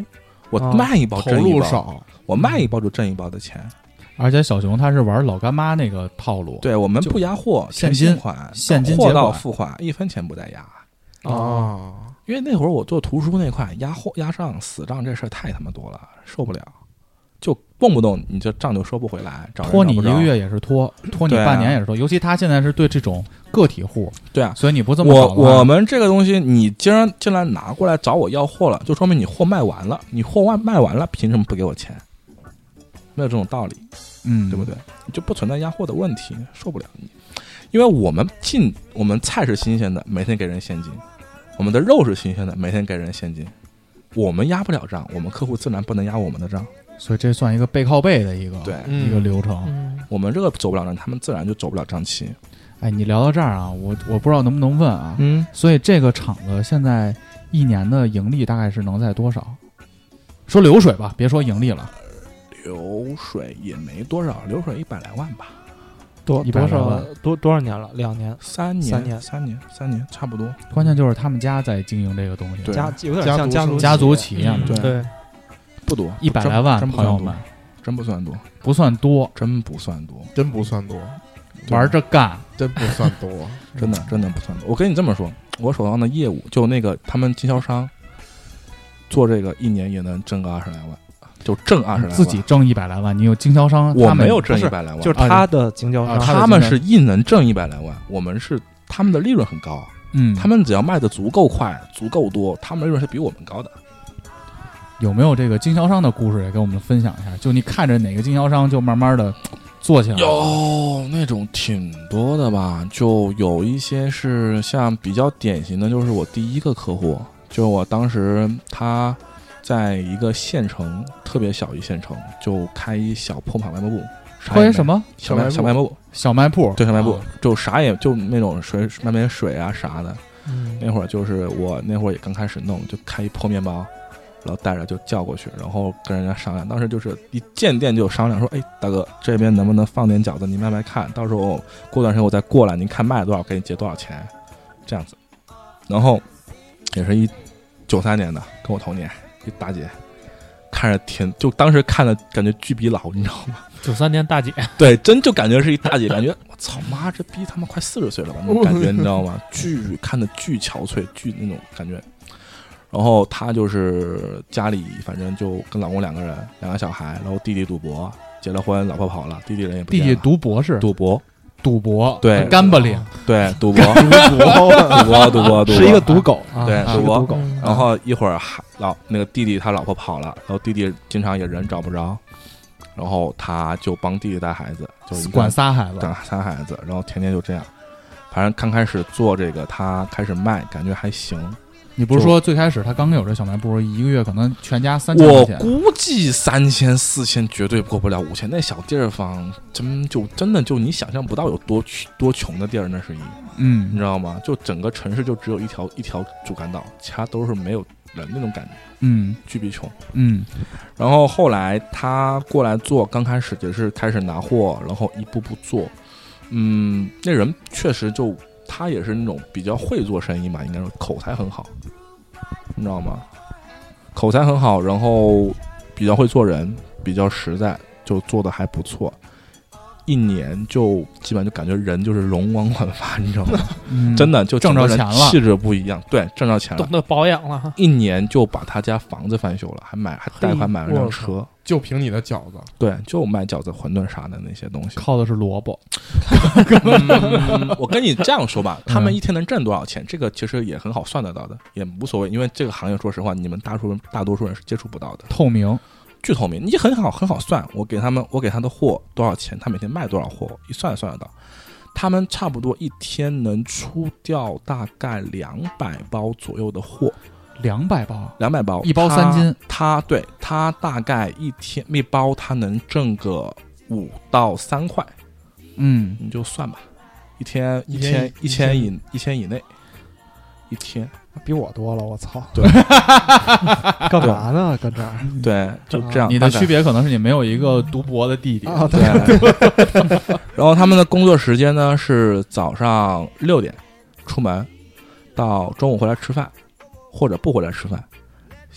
我卖一包挣一包， 少， 我卖一包就挣一包的钱。 而且小熊他是玩老干妈那个套路， 对，我们不压货， 现金款， 现金货到付款，1分钱不带压。 啊， 因为那会儿我做图书那块压货压账死账这事儿太他妈多了，受不了，就动不动你这账就收不回来， 拖你1个月也是拖你半年也是拖，尤其他现在是对这种个体户， 对啊， 所以你不这么搞我们这个东西你既然拿过来找我要货了，就说明你货卖完了，你货卖完了凭什么不给我钱？没有这种道理，对不对？就不存在压货的问题，受不了你。因为我们菜是新鲜的，每天给人现金；我们的肉是新鲜的，每天给人现金。我们压不了账，我们客户自然不能压我们的账， 所以这算一个背靠背的一个一个流程。 我们这个走不了账，他们自然就走不了账期。 哎，你聊到这儿啊，我不知道能不能问啊？所以这个厂子现在1年的盈利大概是能在多少？说流水吧，别说盈利了。 流水也没多少，流水100来万吧。 多少年了？2年、 3年，差不多。 关键就是他们家在经营这个东西， 有点像家族企业嘛。 对， 不多 ，100来万，朋友们， 真不算多， 不算多， 真不算多， 真不算多， 玩着干， 真不算多， 真的不算多。我跟你这么说，我手上的业务，就那个他们经销商做这个1年也能挣个20来万。就挣20来万， 自己挣100来万，你有经销商， 我没有挣100来万， 就是他的经销商， 他们是能挣100来万，我们是他们的利润很高，他们只要卖的足够快、足够多，他们的利润是比我们高的。 有没有这个经销商的故事也跟我们分享一下？就你看着哪个经销商就慢慢的做起来了？ 有那种挺多的吧，就有一些是像比较典型的，就是我第一个客户，就我当时他。在一个县城，特别小一县城，就开一小破跑卖部， 开什么小卖部？ 小卖部， 对，小卖部，就啥也就那种卖点水啊啥的。那会儿就是我那会儿也刚开始弄，就开一破面包，然后带着就叫过去，然后跟人家商量。当时就是一见店就商量说，哎，大哥这边能不能放点饺子，你卖卖看，到时候过段时间我再过来，您看卖了多少，给你结多少钱，这样子。然后也是93年的，跟我同年。一大姐看着就当时看了感觉巨逼老，你知道吗 ？93年大姐， 对，真就感觉是一大姐，感觉我操妈，这逼他妈快40岁了吧，那种感觉，你知道吗？看的巨憔悴，巨那种感觉。然后她就是家里反正就跟老公2个人，2个小孩，然后弟弟赌博，结了婚，老婆跑了，弟弟人也不见了。 弟弟读博士， 赌博，对， 干巴脸， 对，赌博， 是一个赌狗， 对，赌博。 然后一会儿那个弟弟他老婆跑了，然后弟弟经常也人找不着，然后他就帮弟弟带孩子，就管仨孩子，然后天天就这样。反正刚开始做这个，他开始卖，感觉还行。 你不是说最开始他刚有这小卖部，一个月可能全家3000块钱？ 我估计3000、4000绝对过不了5000。那小地方真的就你想象不到有多穷的地儿，那是你知道吗？就整个城市就只有一条主干道，其他都是没有人那种感觉，巨逼穷，然后后来他过来做，刚开始也是开始拿货，然后一步步做，那人确实就。他也是那种比较会做生意嘛，应该说口才很好，你知道吗？口才很好，然后比较会做人，比较实在，就做的还不错。1年就基本就感觉人就是容光焕发，你知道吗？真的就挣着钱了， 气质不一样，对，挣着钱了， 懂得保养了。 1年就把他家房子翻修了，还贷款买了辆车， 就凭你的饺子， 对，就卖饺子、馄饨啥的那些东西， 靠的是萝卜。 我跟你这样说吧，他们一天能挣多少钱，这个其实也很好算得到的，也无所谓，因为这个行业说实话，你们大多数人是接触不到的， 透明。 巨透明，你很好算。我给他的货多少钱，他每天卖多少货，一算得到。他们差不多一天能出掉大概200包左右的货。 200包 ，200包， 一包3斤。 他大概一天一包，他能挣个5到3块。你就算吧，一天1000以内，一天。 比我多了，我操！ 对， 干嘛呢？搁这儿？ 对，就这样。 你的区别可能是你没有一个读博的弟弟。 对。然后他们的工作时间呢是早上6点出门，到中午回来吃饭，或者不回来吃饭。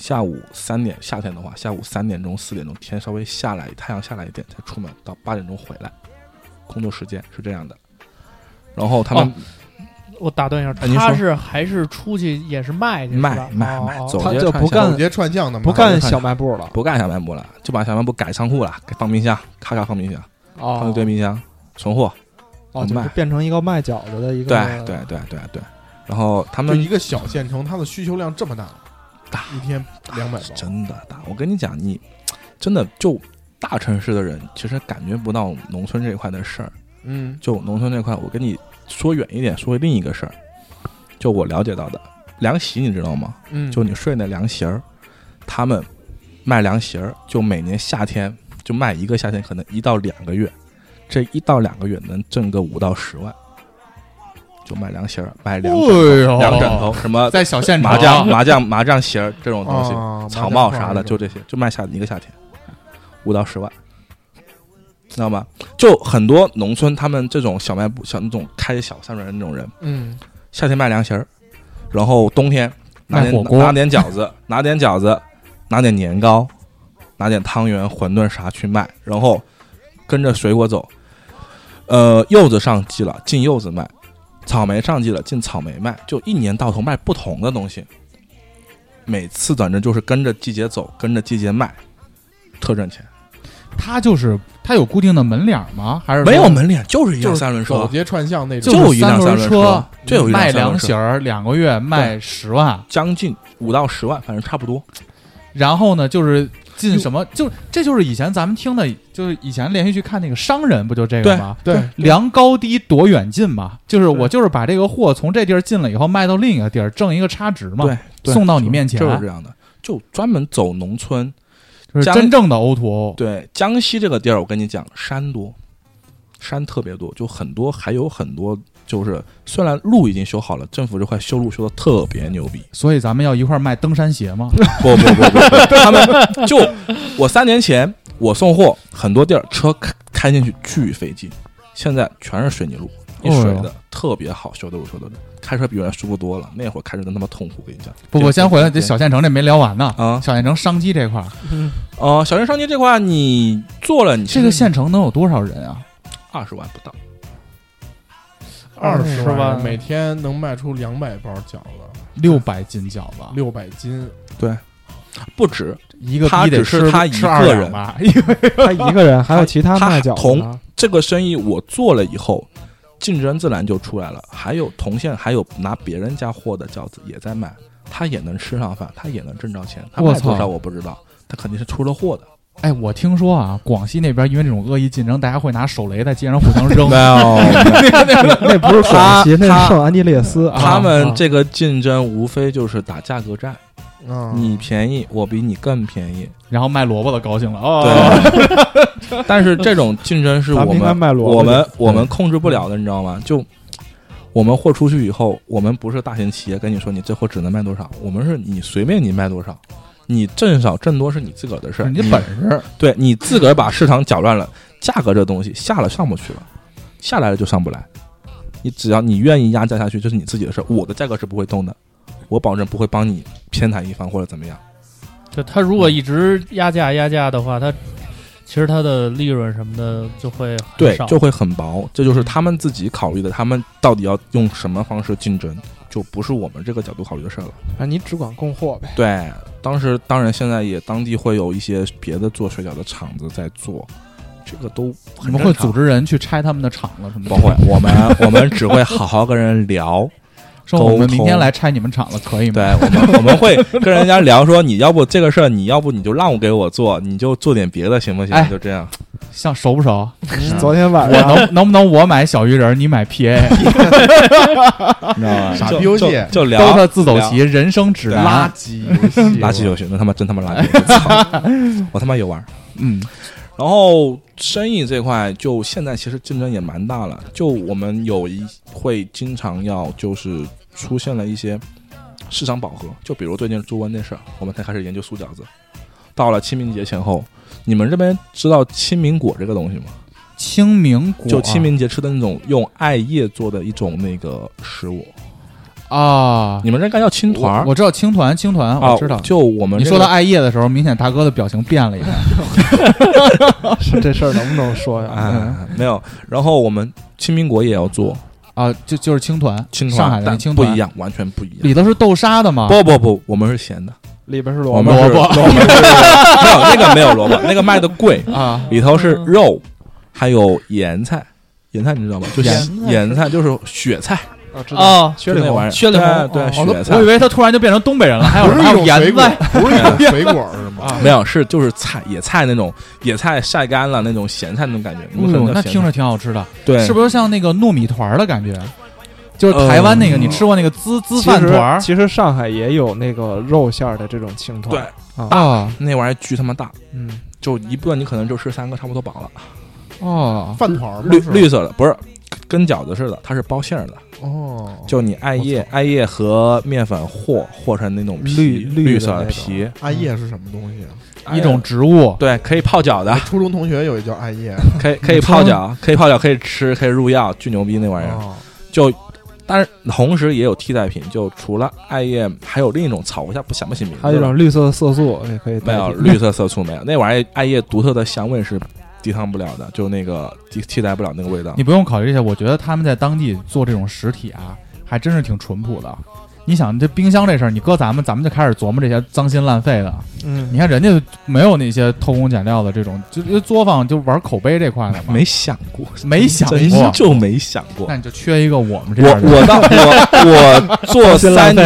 下午3点，夏天的话，下午3点钟、4点钟，天稍微下来，太阳下来一点才出门，到8点钟回来，工作时间是这样的。然后他们， 我打断一下，他是还是出去也是卖去， 卖， 他就不干走街串巷的， 不干小卖部了， 不干小卖部了，就把小卖部改仓库了，给放冰箱，咔放冰箱，放一堆冰箱存货， 就变成一个卖饺子的一个， 对。然后他们就一个小县城，它的需求量这么大，一天200包， 真的大。我跟你讲，你真的就大城市的人其实感觉不到农村这一块的事儿。就农村这块，我跟你说远一点，说另一个事儿，就我了解到的凉席，你知道吗？就你睡那凉席儿，他们卖凉席儿，就每年夏天就卖一个夏天，可能1到2个月，这1到2个月能挣个5到10万。就卖凉席儿，卖凉枕头，什么在小县城麻将席儿这种东西，草帽啥的，就这些，就卖一个夏天5到10万，知道吗？就很多农村他们这种小卖部，像那种开小三轮的那种人，夏天卖凉席儿，然后冬天拿点饺子，拿点年糕，拿点汤圆、馄饨啥去卖，然后跟着水果走，柚子上季了进柚子卖。草莓上季了进草莓卖，就一年到头卖不同的东西，每次反正就是跟着季节走，跟着季节卖，特挣钱。 他有固定的门脸吗？还是没有门脸，就是一辆3轮车， 走街串巷那种， 就一辆3轮车，就有一辆卖凉席儿，2个月卖10万， 将近5到10万，反正差不多。 然后呢，就是进什么，这就是以前咱们听的，就是以前连续剧看那个商人，不就这个吗？ 对， 量高低多远近嘛，就是我就是把这个货从这地儿进了以后卖到另一个地儿，挣一个差值嘛， 对， 送到你面前， 就是这样的，就专门走农村， 就是真正的 O2O。 对，江西这个地儿，我跟你讲，山特别多，就还有很多。就是虽然路已经修好了，政府这块修路修的特别牛逼， 所以咱们要一块卖登山鞋吗？ 不，他们就我3年前我送货，很多地儿车开进去巨费劲，现在全是水泥路，一水的，特别好修的路，开车比原来舒服多了。那会儿开车真他妈痛苦，跟你讲。 不，先回来，这小县城这没聊完呢啊！小县城商机这块， 小县商机这块你做了，你这个县城能有多少人啊 ？20万不到。 20万，每天能卖出200包饺子 ，600斤饺子 ，600斤， 对，不止一个， 他只是他一个人吧，他一个人，还有其他卖饺子。 同这个生意我做了以后，竞争自然就出来了。还有同县，还有拿别人家货的饺子也在卖，他也能吃上饭，他也能挣着钱。他卖多少我不知道，他肯定是出了货的。 哎，我听说啊，广西那边因为这种恶意竞争，大家会拿手雷在街上互相扔。 没有， 那不是广西，那是圣安地列斯。 他们这个竞争无非就是打价格战，你便宜，我比你更便宜， 然后卖萝卜的高兴了。 对，但是这种竞争是我们控制不了的，你知道吗？就我们货出去以后，我们不是大型企业跟你说你这货只能卖多少，我们是你随便你卖多少。你挣少挣多是你自个儿的事儿， 你的本事。 对，你自个儿把市场搅乱了，价格这东西下了上不去了，下来了就上不来。你只要你愿意压价下去，这是你自己的事儿，我的价格是不会动的，我保证不会帮你偏袒一方或者怎么样。 就他如果一直压价的话，他其实他的利润什么的就会很少， 对，就会很薄。这就是他们自己考虑的，他们到底要用什么方式竞争，就不是我们这个角度考虑的事儿了。 你只管供货呗。 对。当然现在也当地会有一些别的做水饺的厂子在做，这个都很正常。 你们会组织人去拆他们的厂子什么的？ 不会，我们只会好好跟人聊。 说我们明天来拆你们厂子可以吗？ 对，我们会跟人家聊说，你要不这个事儿，你要不你就让我给我做，你就做点别的行不行？就这样。 像熟不熟？ 昨天晚上我能不能我买小鱼人，你买 PA， 你知道吗？ 傻逼游戏就聊都是自走棋，人生指南， 垃圾游戏， 垃圾游戏，那他妈真他妈垃圾！我他妈有玩。然后生意这块，就现在其实竞争也蛮大了。就我们会经常要就是出现了一些市场饱和，就比如最近猪瘟那事儿，我们才开始研究酥饺子。到了清明节前后，你们这边知道清明果这个东西吗？ 清明果就清明节吃的那种用艾叶做的一种那个食物。 啊， 你们这应该叫青团， 我知道青团，我知道。 就我们你说到艾叶的时候，明显大哥的表情变了一下。 这事儿能不能说呀？ 没有。然后我们青苹果也要做啊，就是青团，上海的那青团不一样，完全不一样。 里头是豆沙的吗？ 不，我们是咸的。 里边是萝卜， 没有那个没有萝卜，那个卖的贵啊。 里头是肉，还有盐菜你知道吗？就盐菜就是雪菜啊， 雪里红，对雪菜。 我以为他突然就变成东北人了，还有盐菜， 不是一种水果是吗？ 没有，就是野菜那种野菜晒干了那种咸菜那种感觉。 那听着挺好吃的， 对， 是不是像那个糯米团的感觉？就是台湾那个，你吃过那个滋饭团？ 其实上海也有那个肉馅的这种青团， 对大那玩意儿巨他妈大，就一顿你可能就吃3个差不多饱了。 哦， 饭团绿色的，不是跟饺子似的，它是包馅的。 哦， 就你艾叶和面粉和成那种绿色的皮。 艾叶是什么东西啊？一种植物， 对，可以泡脚的。 初中同学有一叫艾叶， 可以泡脚，可以吃，可以入药，巨牛逼那玩意儿。就。但是同时也有替代品，就除了艾叶，还有另一种草，我现在想不起名字。 还有一种绿色的色素也可以。 没有绿色色素没有，那玩意儿艾叶独特的香味是抵抗不了的，就那个替代不了那个味道。 你不用考虑这些，我觉得他们在当地做这种实体啊，还真是挺淳朴的。你想这冰箱这事儿，你搁咱们就开始琢磨这些脏心烂肺的。你看人家没有那些偷工减料的这种，就作坊就玩口碑这块的嘛。 没想过， 就没想过。 那你就缺一个我们这样的。 我做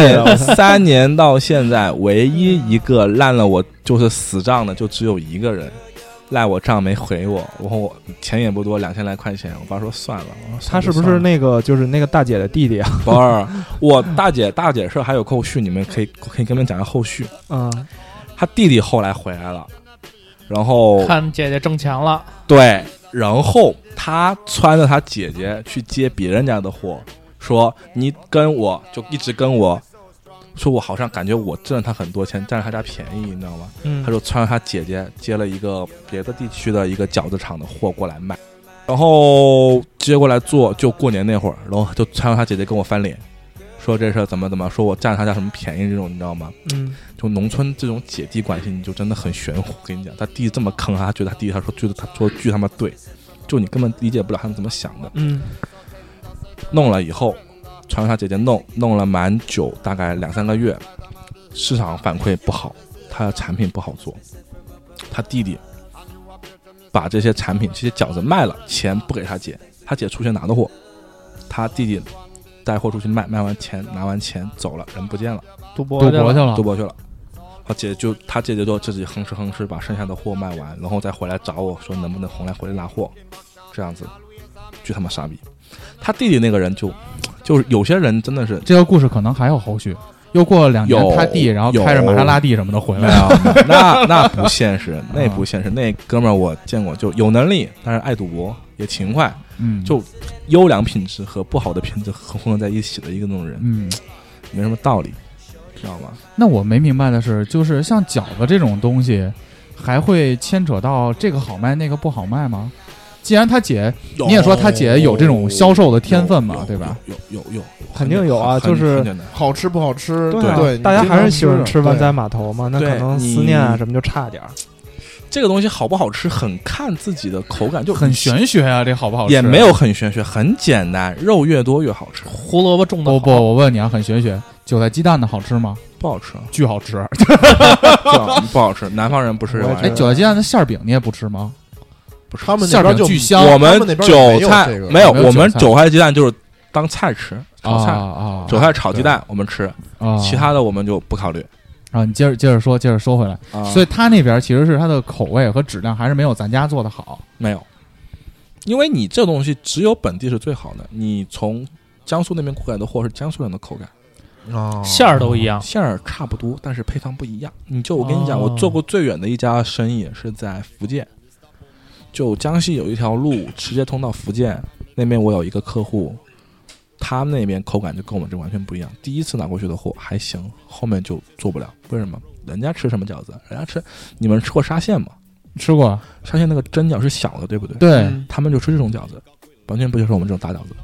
3年到现在，唯一一个烂了我就是死账的，就只有一个人。赖我账没回我，然后我钱也不多，2000来块钱。我爸说算了。 他是不是那个就是那个大姐的弟弟啊？ 不是，我大姐是还有后续，你们可以跟你们讲下后续。他弟弟后来回来了，然后看姐姐挣钱了， 对，然后他穿着他姐姐去接别人家的货，说你跟我就一直跟我。说我好像感觉我挣了他很多钱，占了他家便宜，你知道吗？他就穿着他姐姐接了一个别的地区的一个饺子厂的货过来卖，然后接过来做，就过年那会儿，然后就穿着他姐姐跟我翻脸，说这事怎么，说我占了他家什么便宜这种，你知道吗？就农村这种姐弟关系，你就真的很玄乎。跟你讲，他弟这么坑他觉得他弟他说巨他妈对，就你根本理解不了他们怎么想的。弄了以后。传他姐姐弄了蛮久，大概2-3个月，市场反馈不好，他的产品不好做。他弟弟把这些产品、这些饺子卖了，钱不给他姐，他姐出去拿的货，他弟弟带货出去卖完钱拿完钱走了，人不见了， 赌博去了。他姐姐就自己哼哧把剩下的货卖完，然后再回来找我说能不能回来拿货，这样子，巨他妈傻逼。他弟弟那个人就是有些人真的是这个故事可能还有后续，又过了2年，他弟然后开着玛莎拉蒂什么的回来啊，那不现实，那不现实。那哥们儿我见过，就有能力，但是爱赌博，也勤快，就优良品质和不好的品质混合在一起的一个那种人，没什么道理，知道吗？ 那我没明白的是，就是像饺子这种东西，还会牵扯到这个好卖那个不好卖吗？既然他姐，你也说他姐有这种销售的天分嘛，对吧？ 有， 肯定有啊，就是好吃不好吃， 对，大家还是喜欢吃湾仔码头嘛，那可能思念啊什么就差点。 这个东西好不好吃，很看自己的口感，就很玄学啊。这好不好吃也没有很玄学，很简单，肉越多越好吃。 胡萝卜种的不，我问你啊，很玄学，韭菜鸡蛋的好吃吗？ 不好吃， 巨好吃， 不好吃。南方人不吃这玩意儿。 韭菜鸡蛋的馅饼你也不吃吗？ 不是，他们馅饼巨香。 我们韭菜没有，我们韭菜鸡蛋就是当菜吃，炒菜韭菜炒鸡蛋我们吃，其他的我们就不考虑。 啊，你接着说回来，所以他那边其实是他的口味和质量还是没有咱家做的好， 没有，因为你这东西只有本地是最好的，你从江苏那边过来的货是江苏人的口感。 馅儿都一样， 馅儿差不多，但是配方不一样。我跟你讲，我做过最远的一家生意是在福建，就江西有一条路直接通到福建那边，我有一个客户，他那边口感就跟我们这完全不一样。第一次拿过去的货还行，后面就做不了。为什么？人家吃什么饺子？人家吃，你们吃过沙县吗？ 吃过。 沙县那个蒸饺是小的，对不对？ 对， 他们就吃这种饺子，完全不就是我们这种大饺子。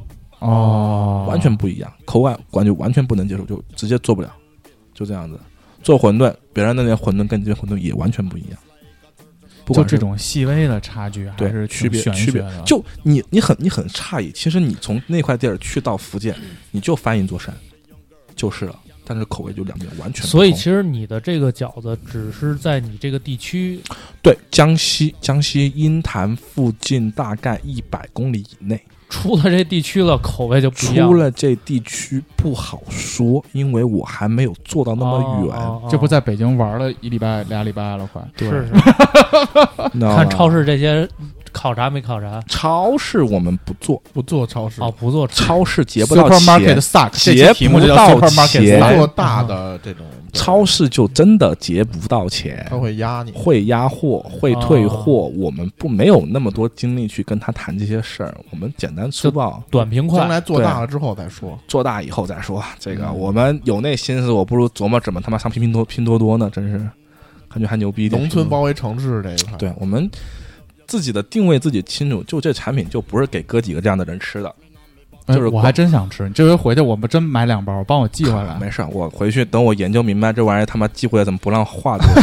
哦， 完全不一样，口感就完全不能接受，就直接做不了，就这样子。做馄饨，别人那边馄饨跟这边馄饨也完全不一样。不管就这种细微的差距还是区别， 的。 就你很诧异，其实你从那块地儿去到福建，你就翻一座山就是了，但是口味就两边完全不同。 所以其实你的这个饺子只是在你这个地区， 对，江西鹰潭附近大概100公里以内。 出了这地区了，口味就不一样。 出了这地区不好说，因为我还没有做到那么远。 这不在北京玩了1礼拜2礼拜了，快。 对，是。看超市这些考察没考察？ 超市我们不做超市不做超市结不到钱 ，Supermarket suck， 结不到钱， 做大的这种超市就真的结不到钱， 他会压你， 会压货，会退货。我们没有那么多精力去跟他谈这些事儿，我们简单粗暴， 短平快。 将来做大了之后再说， 做大以后再说。这个我们有那心思，我不如琢磨怎么他妈上拼多多呢，真是感觉还牛逼一点。 农村包围城市这一块， 对我们自己的定位自己清楚，就这产品就不是给哥几个这样的人吃的。就是我还真想吃，这回回去我们真买2包，帮我寄回来。 没事，我回去等我研究明白这玩意儿他妈寄回来怎么不让化的。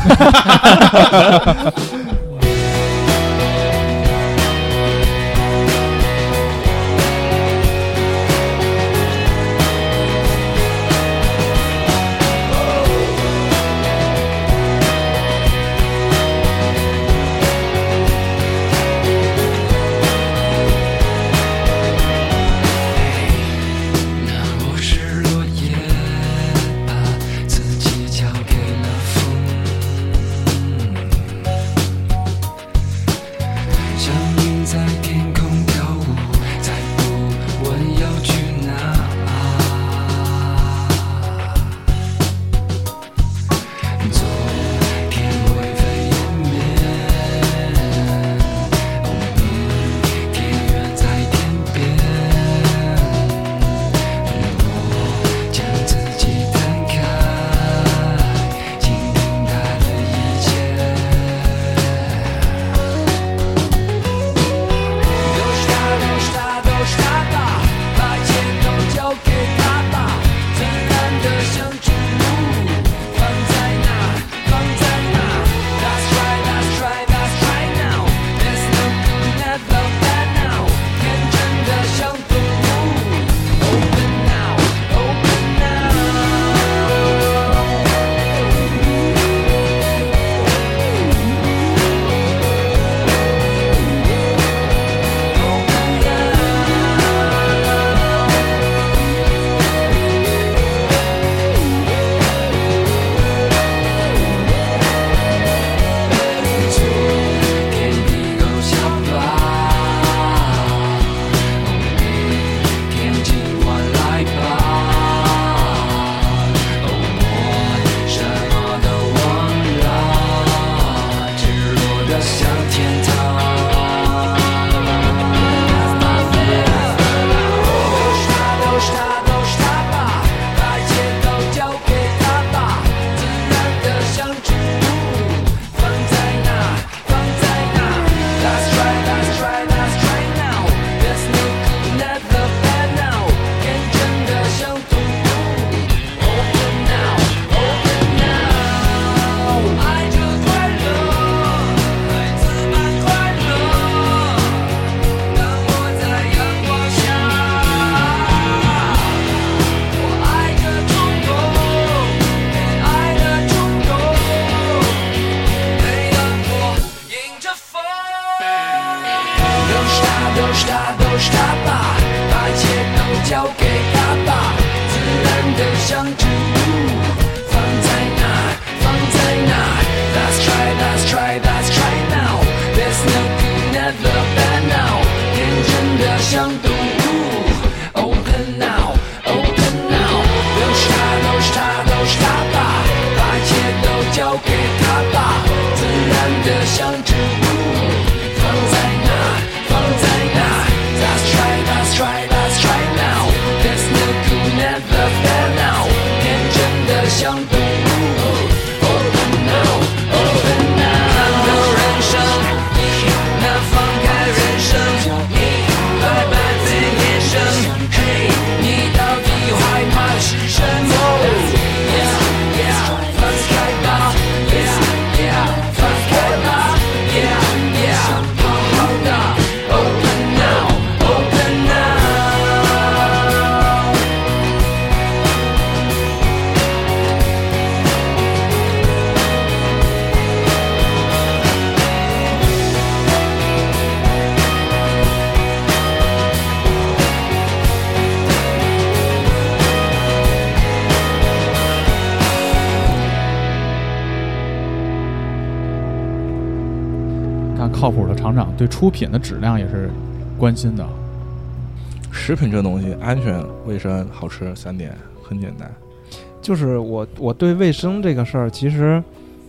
Let's try now. There's no good, never fair now. 样靠谱的厂长对出品的质量也是关心的。 食品这个东西，安全、卫生、好吃3点很简单。 就是我对卫生这个事儿，其实，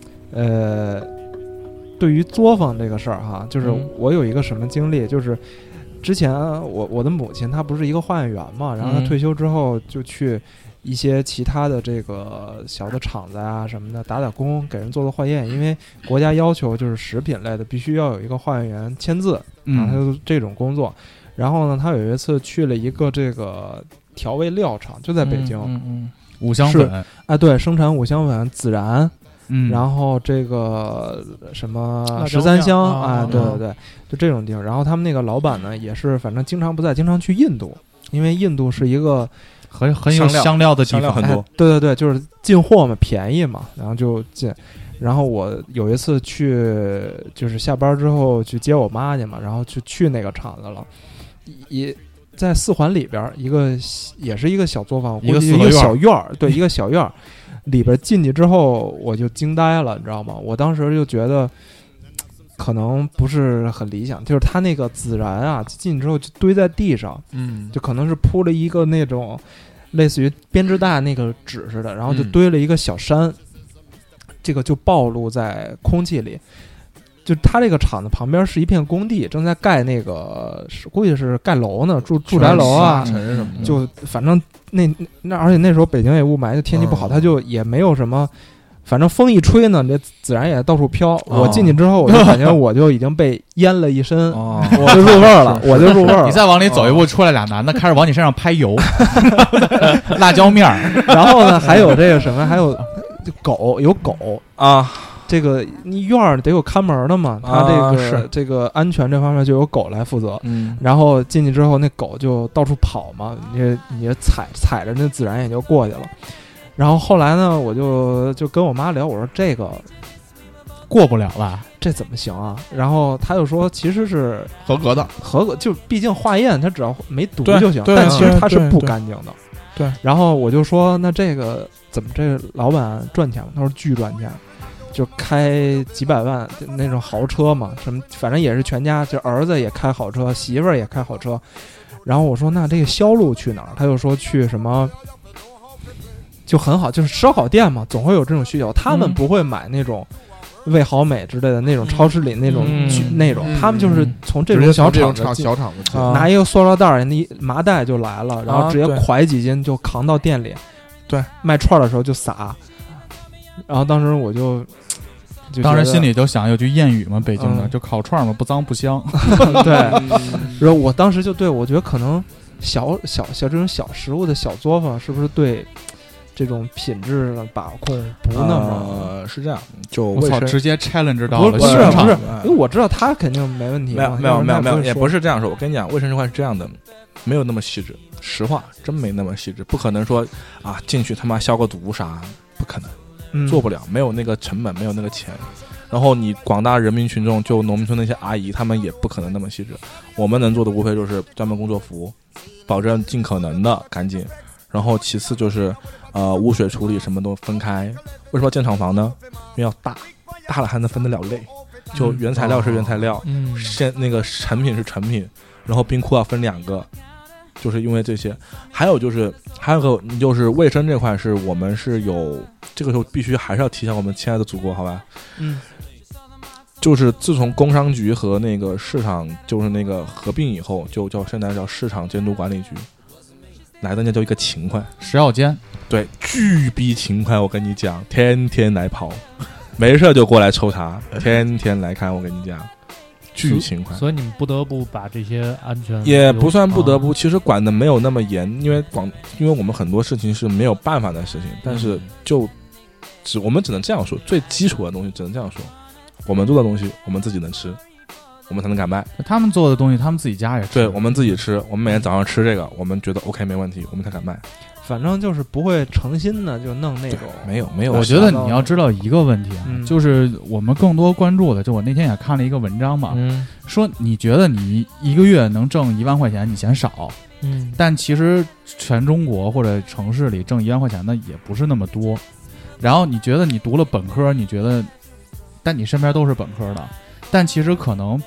对于作坊这个事儿哈，就是我有一个什么经历，就是之前我的母亲她不是一个化验员嘛，然后她退休之后就去一些其他的这个小的厂子啊什么的打工，给人做化验，因为国家要求就是食品类的必须要有一个化验员签字，然后他就这种工作。然后呢，他有一次去了一个这个调味料厂，就在北京， 五香粉， 对，生产五香粉、孜然，然后这个什么13香对对对，就这种地方。然后他们那个老板呢，也是反正经常不在，经常去印度，因为印度是一个很有香料的地方， 很多。 对对对，就是进货嘛，便宜嘛，然后就进。然后我有一次去，就是下班之后去接我妈去嘛，然后去那个厂子了，也在4环里边也是一个小作坊， 一个小院儿，对，一个小院儿里边进去之后我就惊呆了，你知道吗？我当时就觉得可能不是很理想，就是它那个孜然啊，进去之后就堆在地上，就可能是铺了一个那种类似于编织袋那个纸似的，然后就堆了一个小山，这个就暴露在空气里。就他这个厂子旁边是一片工地，正在盖那个估计是盖楼呢，住宅楼啊，就反正那而且那时候北京也雾霾，就天气不好，他就也没有什么，反正风一吹呢，这孜然也到处飘。我进去之后，我就感觉我就已经被淹了一身，我就入味儿了，我就入味儿了。 你再往里走一步，出来俩男的开始往你身上拍油，辣椒面儿。 然后呢，还有这个什么，还有狗，有狗啊。 这个你院儿得有看门的嘛，他这个安全这方面就有狗来负责。然后进去之后，那狗就到处跑嘛，你踩着那孜然也就过去了。然后后来呢，我就跟我妈聊，我说这个过不了了， 这怎么行啊？然后他就说其实是合格的， 就毕竟化验它只要没毒就行，但其实它是不干净的。 对。 然后我就说那这个怎么这个老板赚钱吗？他说巨赚钱。就开几百万那种豪车嘛，什么反正也是全家，就儿子也开好车，媳妇儿也开好车。然后我说那这个销路去哪儿？他就说去什么，就很好，就是烧烤店嘛，总会有这种需求。他们不会买那种味好美之类的那种超市里那种那种，他们就是从这种小厂子拿一个塑料袋，那麻袋就来了，然后直接蒯几斤就扛到店里。 对， 卖串的时候就撒。然后当时我就当时心里就想有句谚语嘛，北京的就烤串嘛，不脏不香。 对，然后我当时就我觉得可能小这种小食物的小作坊是不是对这种品质的把控不那么是这样？就我操，直接 challenge 到了， 不是，因为我知道他肯定没问题。 没有，也不是这样说。我跟你讲，卫生这块是这样的，没有那么细致。实话，真没那么细致，不可能说啊进去他妈消个毒啥，不可能。做不了，没有那个成本，没有那个钱。然后你广大人民群众，就农民村那些阿姨，他们也不可能那么细致。我们能做的无非就是专门工作服，保证尽可能的干净。然后其次就是污水处理什么都分开。为什么要建厂房呢？因为要大了还能分得了类。就原材料是原材料，那个成品是成品，然后冰库要分2个。就是因为这些，还有就是卫生这块是我们是有这个时候必须还是要提醒我们亲爱的祖国，好吧？就是自从工商局和那个市场就是那个合并以后，就现在叫市场监督管理局，来的那叫一个勤快， 食药监， 对，巨逼勤快，我跟你讲，天天来跑，没事就过来抽查，天天来看，我跟你讲。巨勤快， 所以你们不得不把这些安全也不算不得不，其实管的没有那么严，因为我们很多事情是没有办法的事情，但是我们只能这样说，最基础的东西只能这样说，我们做的东西我们自己能吃，我们才能敢卖。 他们做的东西他们自己家也吃， 对，我们自己吃，我们每天早上吃这个，我们觉得 OK 没问题，我们才敢卖。 反正就是不会诚心的就弄那种， 没有。 我觉得你要知道一个问题啊，就是我们更多关注的，就我那天也看了一个文章嘛，说你觉得你一个月能挣1万块钱，你嫌少，但其实全中国或者城市里挣1万块钱的也不是那么多。然后你觉得你读了本科，你觉得，但你身边都是本科的， 但其实可能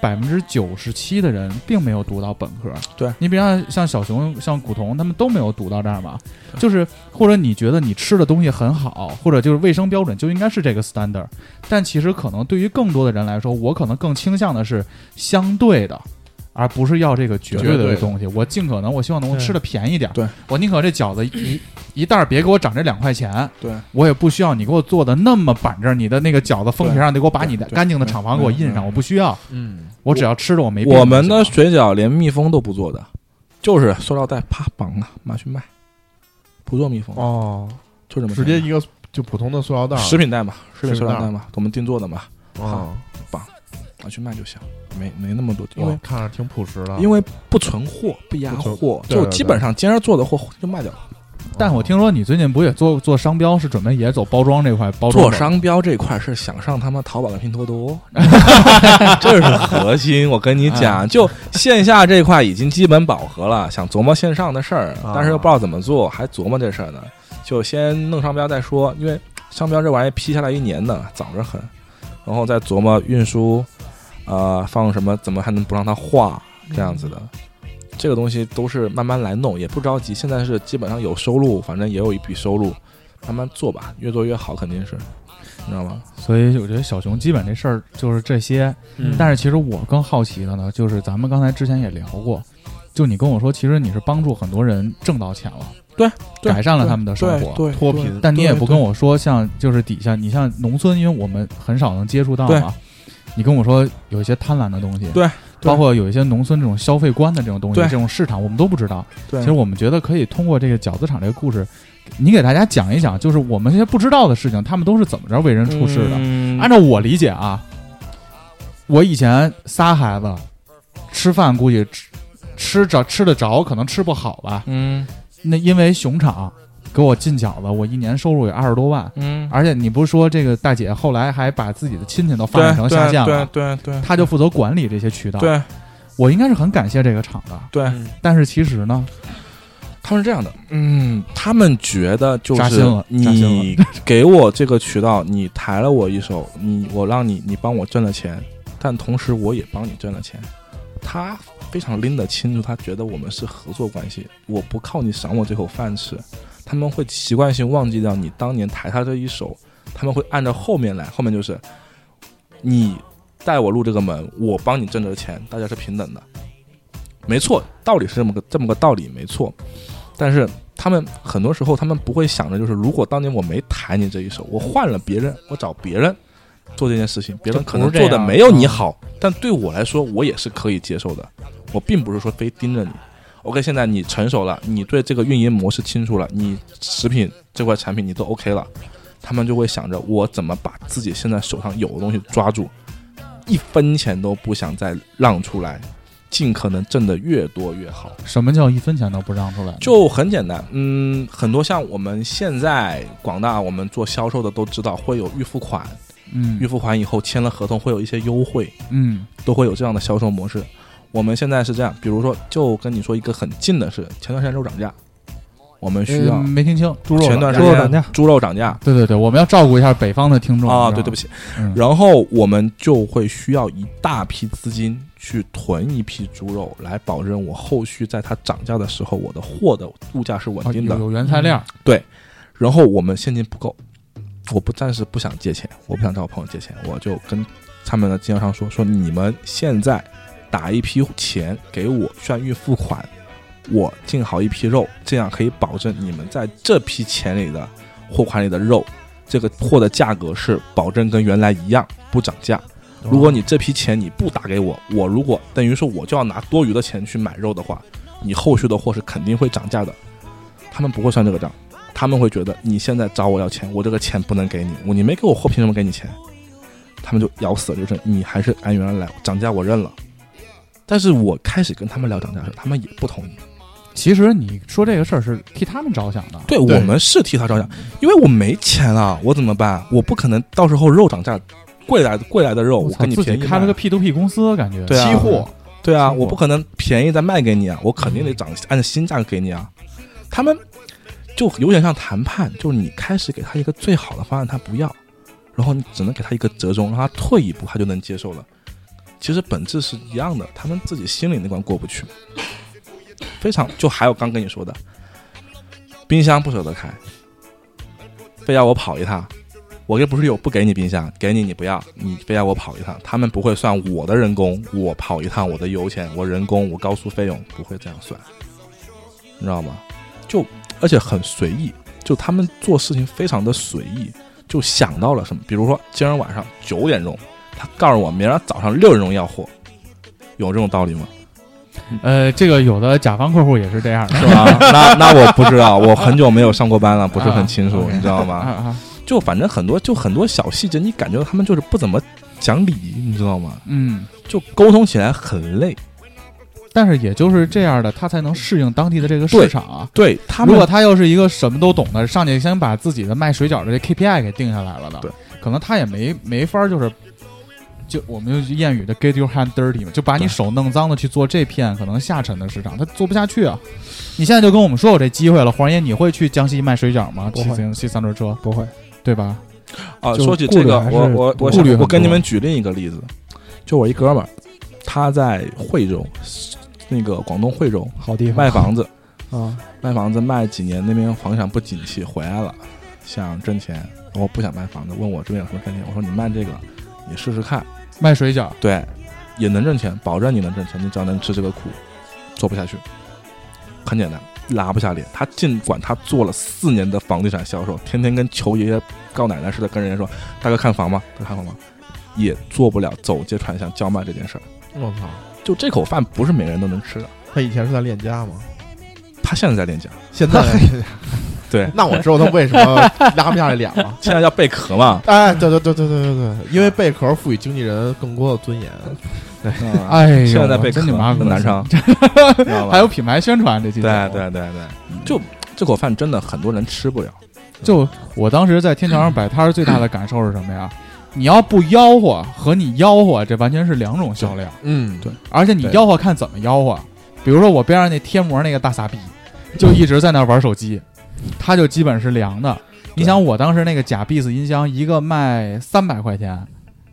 97%的人并没有读到本科。 对， 你比方像小熊、像古潼，他们都没有读到这儿嘛。就是或者你觉得你吃的东西很好，或者就是卫生标准就应该是这个 standard， 但其实可能对于更多的人来说，我可能更倾向的是相对的。而不是要这个绝对的东西，我尽可能，我希望能够吃的便宜点。 对， 我宁可这饺子一袋别给我涨这2块钱。 对， 我也不需要你给我做的那么板正，你的那个饺子封皮上得给我把你的干净的厂房给我印上，我不需要。我只要吃着我没病。 我们的水饺连密封都不做的，就是塑料袋啪绑了拿去卖，不做密封。 哦， 就这么直接一个就普通的塑料袋， 食品袋嘛，食品塑料袋嘛，我们定做的嘛。绑拿去卖就行。没那么多，因为看着挺朴实的， 因为不存货不压货，就基本上今儿做的货就卖掉了。 但我听说你最近不也做商标，是准备也走包装这块？包装做商标这块是想上他妈淘宝跟拼多多，这是核心。我跟你讲，就线下这块已经基本饱和了，想琢磨线上的事儿，但是又不知道怎么做，还琢磨这事儿呢。就先弄商标再说，因为商标这玩意批下来1年的，早着很，然后再琢磨运输。放什么？怎么还能不让它化？这样子的，这个东西都是慢慢来弄，也不着急。现在是基本上有收入，反正也有一笔收入，慢慢做吧，越做越好，肯定是，你知道吗？ 所以我觉得小熊基本这事儿就是这些。但是其实我更好奇的呢，就是咱们刚才之前也聊过，就你跟我说，其实你是帮助很多人挣到钱了。 对， 改善了他们的生活， 对， 脱贫。 但你也不跟我说，像就是底下，你像农村，因为我们很少能接触到嘛。你跟我说有一些贪婪的东西， 对， 包括有一些农村这种消费观的这种东西，这种市场我们都不知道。 对， 其实我们觉得可以通过这个饺子厂这个故事，你给大家讲一讲，就是我们这些不知道的事情，他们都是怎么着为人处事的。按照我理解啊，我以前仨孩子吃饭估计吃得着，可能吃不好吧。那因为熊厂给我进饺子，我1年收入也20多万。而且你不是说这个大姐后来还把自己的亲戚都发展成下线了？ 对， 她就负责管理这些渠道。 对， 我应该是很感谢这个厂的。 对， 但是其实呢， 他们是这样的，他们觉得就是扎心了你给我这个渠道，你抬了我一手，我让你帮我挣了钱，但同时我也帮你挣了钱。他非常拎得清楚，他觉得我们是合作关系，我不靠你赏我这口饭吃。他们会习惯性忘记掉你当年抬他这一手，他们会按照后面来，后面就是你带我入这个门，我帮你挣这个钱，大家是平等的，没错，道理是这么个道理，没错。但是他们很多时候他们不会想着，就是如果当年我没抬你这一手，我换了别人，我找别人做这件事情，别人可能做的没有你好，但对我来说我也是可以接受的。我并不是说非盯着你。OK， 现在你成熟了，你对这个运营模式清楚了，你食品这块产品你都 OK 了，他们就会想着我怎么把自己现在手上有的东西抓住，1分钱都不想再让出来，尽可能挣得越多越好。 什么叫1分钱都不让出来？ 就很简单，很多像我们现在广大我们做销售的都知道会有预付款，预付款以后签了合同会有一些优惠，都会有这样的销售模式。我们现在是这样，比如说就跟你说一个很近的是，前段时间肉涨价，我们需要没听清， 前段时间猪肉涨价， 对，我们要照顾一下北方的听众啊，对不起。然后我们就会需要一大批资金去囤一批猪肉，来保证我后续在它涨价的时候，我的货的物价是稳定的， 有原材料。 对，然后我们现金不够，我暂时不想借钱，我不想找我朋友借钱，我就跟他们的经销商说你们现在打一批钱给我，算预付款，我进好一批肉，这样可以保证你们在这批钱里的货款里的肉，这个货的价格是保证跟原来一样不涨价。如果你这批钱你不打给我，我如果等于说我就要拿多余的钱去买肉的话，你后续的货是肯定会涨价的。他们不会算这个账，他们会觉得你现在找我要钱，我这个钱不能给你，你没给我货凭什么给你钱？他们就咬死了，就是你还是按原来来，涨价我认了。但是我开始跟他们聊涨价时，他们也不同意。 其实你说这个事儿是替他们着想的， 对，我们是替他着想，因为我没钱了，我怎么办？我不可能到时候肉涨价，贵来的肉，我跟你便宜自己开了个 P2P 公司，感觉对啊， 期货， 对啊，我不可能便宜再卖给你啊，我肯定得按新价格给你啊。他们就有点像谈判，就是你开始给他一个最好的方案，他不要，然后你只能给他一个折中，让他退一步，他就能接受了。 其实本质是一样的，他们自己心里那关过不去。非常就还有刚跟你说的，冰箱不舍得开，非要我跑一趟。我又不是有不给你冰箱，给你不要，你非要我跑一趟，他们不会算我的人工，我跑一趟我的油钱，我人工，我高速费用，不会这样算，你知道吗？就而且很随意，就他们做事情非常的随意，就想到了什么，比如说今儿晚上9点钟，他告诉我明儿早上6点钟要货，有这种道理吗？ 这个有的甲方客户也是这样的， 是吧？那我不知道，我很久没有上过班了，不是很清楚，你知道吗？就反正很多小细节，你感觉到他们就是不怎么讲理，你知道吗？就沟通起来很累。 但是也就是这样的，他才能适应当地的这个市场啊。 对，他们如果他要是一个什么都懂的，上去先把自己的卖水饺的这 KPI 给定下来了的， 对， 可能他也没法就我们就谚语的 get your hand dirty 嘛，就把你手弄脏的去做这片可能下沉的市场，他做不下去啊。你现在就跟我们说有这机会了，黄爷，你会去江西卖水饺吗？骑三轮车不会，对吧？ 说起这个，我跟你们举另一个例子，就我一哥们儿，他在惠州，那个广东惠州好地方卖房子啊，卖房子卖几年，那边房产不景气，回来了想挣钱，我不想卖房子，问我这边有什么挣钱，我说你卖这个，你试试看。 卖水饺， 对，也能挣钱，保证你能挣钱，你只要能吃这个苦，做不下去，很简单，拉不下脸。他尽管他做了4年的房地产销售，天天跟求爷爷告奶奶似的跟人家说，大哥看房吗？大哥看房吗？也做不了走街串巷叫卖这件事儿。 我操， 就这口饭不是每个人都能吃的。 他以前是在链家吗？ 他现在在链家， 现在对， 那我知道他为什么拉不下来脸了。 现在叫贝壳嘛？ 哎，对，因为贝壳赋予经纪人更多的尊严。 对， 哎呦， 现在在贝壳真你妈很难唱， 还有品牌宣传这期。 对，就这口饭真的很多人吃不了。 就我当时在天桥上摆摊最大的感受是什么呀？你要不吆喝和你吆喝，这完全是2种销量。 对， 而且你吆喝看怎么吆喝。比如说我边上那贴膜那个大傻逼，就一直在那玩手机，他就基本是凉的。你想我当时那个假 Beats 音箱，一个卖300块钱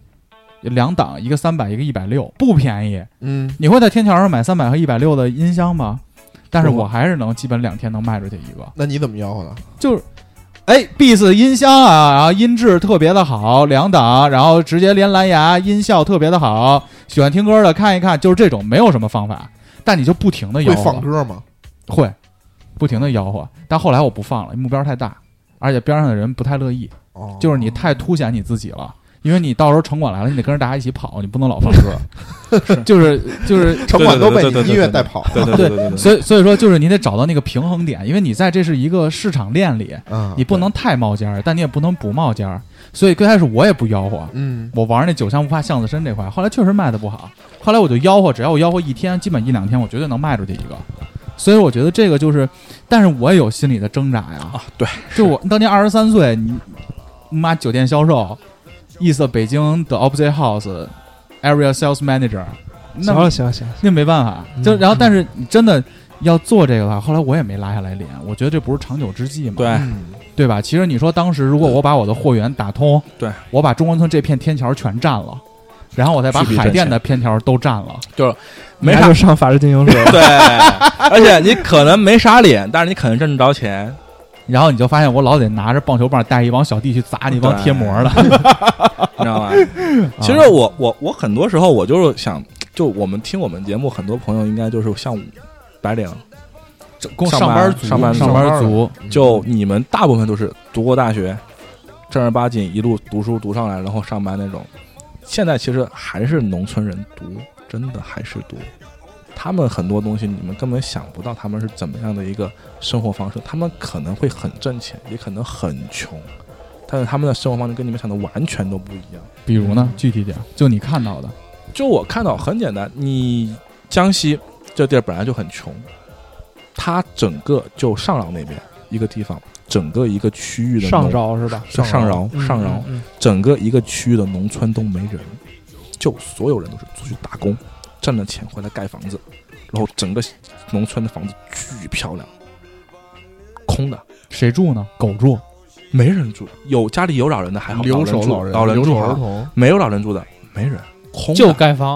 ，2档，一个300，一个160，不便宜。你会在天桥上买300和160的音箱吗？但是我还是能基本2天能卖出去一个。 那你怎么吆喝的？ 就是Beats 音箱啊，然后音质特别的好，2档，然后直接连蓝牙，音效特别的好，喜欢听歌的看一看，就是这种，没有什么方法。但你就不停的吆喝。 会放歌吗？ 会，不停的吆喝。但后来我不放了，目标太大，而且边上的人不太乐意。就是你太凸显你自己了，因为你到时候城管来了，你得跟着大家一起跑，你不能老放歌。就是城管都被你音乐带跑。 对，所以说就是你得找到那个平衡点，因为你在这是一个市场链里，你不能太冒尖儿，但你也不能不冒尖儿。所以最开始我也不吆喝，我玩那酒香不怕巷子深这块，后来确实卖的不好，后来我就吆喝，只要我吆喝1天，基本1-2天我绝对能卖出去一个。所以我觉得这个就是，但是我也有心理的挣扎呀。 对， 就我当年23岁，你妈酒店销售，East 北京的 Opposite House Area Sales Manager， 行， 那没办法。就然后，但是你真的要做这个的话，后来我也没拉下来脸，我觉得这不是长久之计嘛。对吧？其实你说当时如果我把我的货源打通， 对， 我把中关村这片天桥全占了，然后我再把海淀的片条都占了， 就是没啥就上法制进行时。 对，而且你可能没啥脸，但是你可能挣得着钱。 然后你就发现我老得拿着棒球棒带一帮小弟去砸那帮贴膜的， 你知道吗？其实我很多时候我就是想，就我们听我们节目，很多朋友应该就是像白领。 上班族， 就你们大部分都是读过大学，正儿八经一路读书读上来，然后上班那种。现在其实还是农村人多，真的还是多。他们很多东西你们根本想不到他们是怎么样的一个生活方式，他们可能会很挣钱，也可能很穷，但是他们的生活方式跟你们想的完全都不一样。 比如呢？具体点，就你看到的。 就我看到很简单，你江西这地儿本来就很穷，它整个就上饶那边一个地方，整个一个区域的上饶是吧？ 上饶，整个一个区域的农村都没人，就所有人都是出去打工，挣了钱回来盖房子，然后整个农村的房子巨漂亮，空的。 谁住呢？狗住， 没人住。有家里有老人的还好， 留守老人住， 留守儿童， 没有老人住的没人，空的就盖房。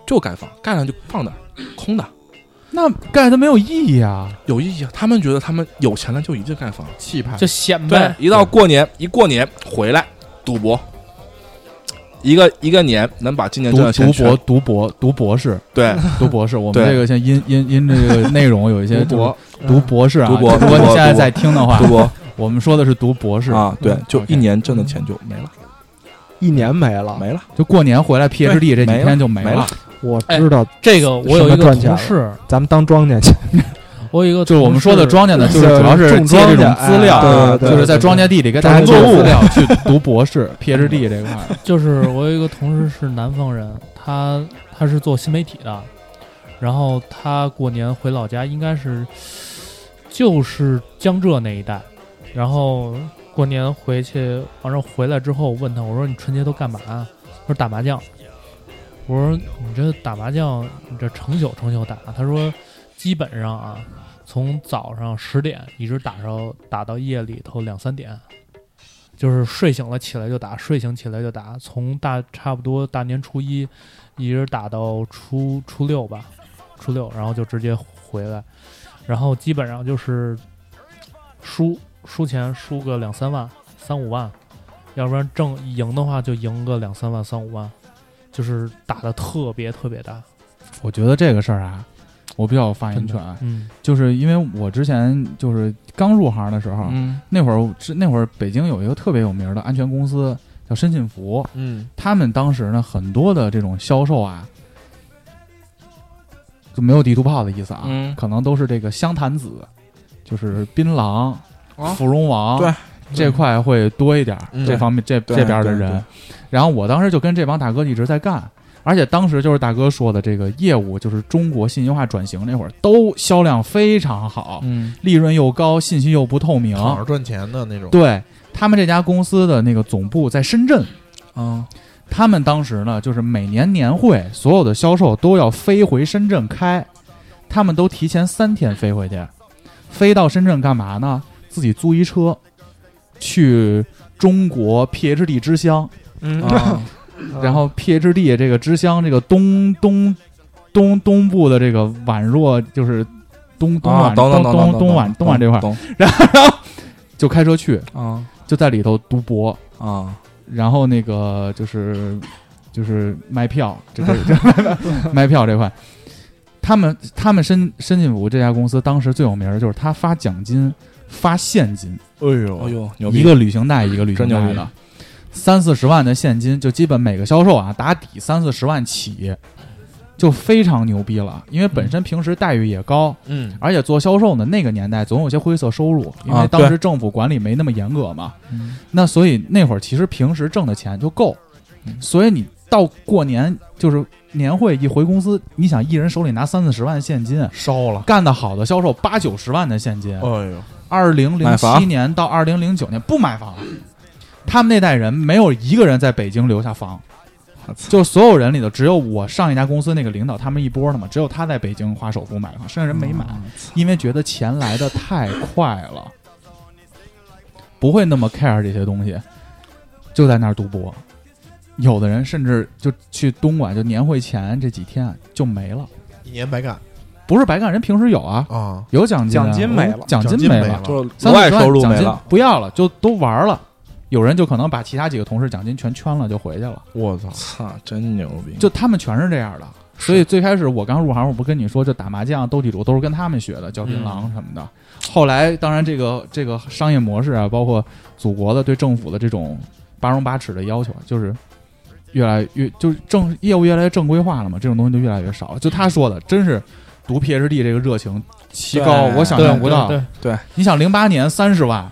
就盖房，盖上就放那儿空的。 那盖它没有意义啊， 有意义啊！他们觉得他们有钱了就一定盖房， 气派就显对摆。， 一到过年回来赌博，一个年能把今年挣的钱读博士， 对， 读博士。我们对这个现在因这个内容有一些读博士啊， 读博如果你现在在听的话， 赌博我们说的是读博士啊，对，就一年挣的钱就没了， 一年没了， 就过年回来 PhD 这几天就没了。 我知道这个，我有一个同事， 咱们当庄稼去。 我有一个就是我们说的庄稼呢，就是主要是借这种资料，就是在庄稼地里给大家做资料去读博士 PhD 这块。 就是我有一个同事是南方人，他是做新媒体的，然后他过年回老家应该是就是江浙那一带，然后过年回去，完了回来之后问他，我说你春节都干嘛啊？他说打麻将。我说你这打麻将，你这成宿打。他说基本上啊，从早上10点一直打到夜里头2、3点，就是睡醒了起来就打，睡醒起来就打，从差不多大年初1一直打到初6吧，初6，然后就直接回来，然后基本上就是输钱输个2、3万、3、5万，要不然赢的话就赢个2、3万、3、5万。就是打得特别大。 我觉得这个事儿啊，我比较有发言权。就是因为我之前就是刚入行的时候，那会儿北京有一个特别有名的安全公司叫申信福，他们当时呢很多的这种销售啊，就没有地图炮的意思啊，可能都是这个湘潭子，就是槟榔、芙蓉王， 对。 这块会多一点，这方面这边的人，然后我当时就跟这帮大哥一直在干，而且当时就是大哥说的这个业务，就是中国信息化转型那会儿都销量非常好，利润又高，信息又不透明， 好赚钱的那种。 对，他们这家公司的那个总部在深圳，他们当时呢就是每年年会所有的销售都要飞回深圳开，他们都提前3天飞回去，飞到深圳干嘛呢？自己租一车。去中国 PhD 之乡，然后 PhD 这个之乡，这个东部的这个宛若就是东莞这块，然后就开车去，就在里头读博然后那个就是卖票，卖票这块，他们申信福这家公司当时最有名的就是他发奖金。发现金， 哎呦， 牛逼！ 一个旅行袋一个旅行袋的，3、40万的现金，就基本每个销售啊打底3、40万起，就非常牛逼了。因为本身平时待遇也高，而且做销售呢，那个年代总有些灰色收入，因为当时政府管理没那么严格嘛。那所以那会儿其实平时挣的钱就够，所以你到过年就是年会一回公司，你想一人手里拿3、40万现金， 烧了。 干得好的销售8、90万的现金， 哎呦。 2007年到2009年不买房，他们那代人没有一个人在北京留下房，就所有人里头只有我上一家公司那个领导他们一波的嘛，只有他在北京花首付买了房，剩下人没买，因为觉得钱来的太快了，不会那么 care 这些东西，就在那儿赌博。有的人甚至就去东莞，就年会前这几天就没了 ，1年白干。 不是白干，人平时有啊，有奖金， 奖金没了， 奖金没了， 就额外收入没了， 不要了，就都玩了。有人就可能把其他几个同事奖金全圈了，就回去了。 我操，真牛逼！ 就他们全是这样的，所以最开始我刚入行，我不跟你说，就打麻将、斗地主都是跟他们学的，嚼槟榔什么的。后来，当然这个商业模式啊，包括祖国的对政府的这种8荣8耻的要求，就是越来越就是业务越来越正规化了嘛，这种东西就越来越少了。就他说的，真是。读 PhD 这个热情奇高，我想象不到。 对， 你想08年30万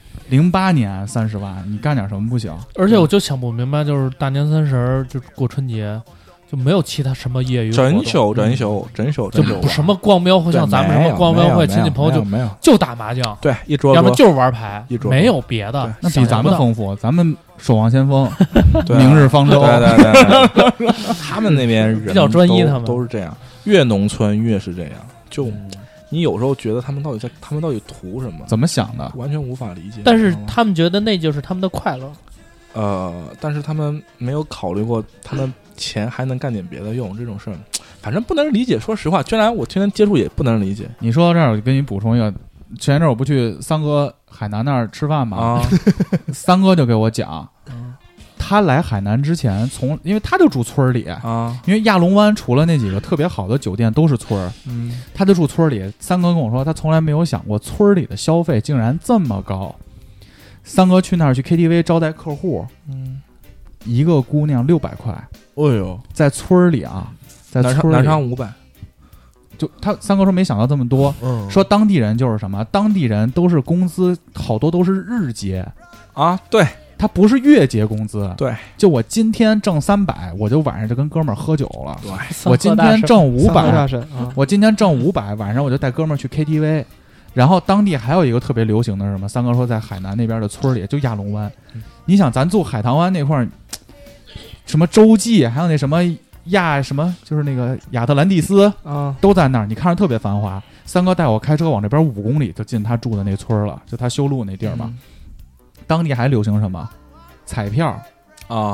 ，08年30万，你干点什么不行？ 而且我就想不明白，就是大年30就过春节，就没有其他什么业余整宿，就什么逛庙会，像咱们什么逛庙会，亲戚朋友就打麻将， 对，一桌， 要么就是玩牌，没有别的。 那比咱们丰富，咱们守望先锋，明日方舟， 对，他们那边人比较专一，他们都是这样。越农村越是这样，就你有时候觉得他们到底图什么？ 怎么想的？ 完全无法理解。 但是他们觉得那就是他们的快乐。 但是他们没有考虑过，他们钱还能干点别的用，这种事儿，反正不能理解。说实话，虽然我天天接触也不能理解。 你说到这儿，我就给你补充一个，前一阵我不去三哥海南那儿吃饭嘛， 啊， 三哥就给我讲，他来海南之前因为他就住村里啊， 因为亚龙湾除了那几个特别好的酒店都是村儿，他就住村里。三哥跟我说，他从来没有想过村里的消费竟然这么高。三哥去那儿去 KTV 招待客户，一个姑娘600块， 哎呦， 在村里啊，在村里南昌500， 就他三哥说没想到这么多，说当地人就是什么，当地人都是工资好多都是日结啊，对， 他不是月结工资， 对， 就我今天挣300，我就晚上就跟哥们儿喝酒了， 对， 我今天挣 500， 我今天挣500，晚上我就带哥们儿去 KTV。然后当地还有一个特别流行的是什么？三哥说在海南那边的村里，就亚龙湾。你想咱住海棠湾那块儿，什么洲际，还有那什么什么，就是那个亚特兰蒂斯啊，都在那儿。你看着特别繁华。三哥带我开车往这边5公里就进他住的那村了，就他修路那地儿嘛。当地还流行什么？彩票啊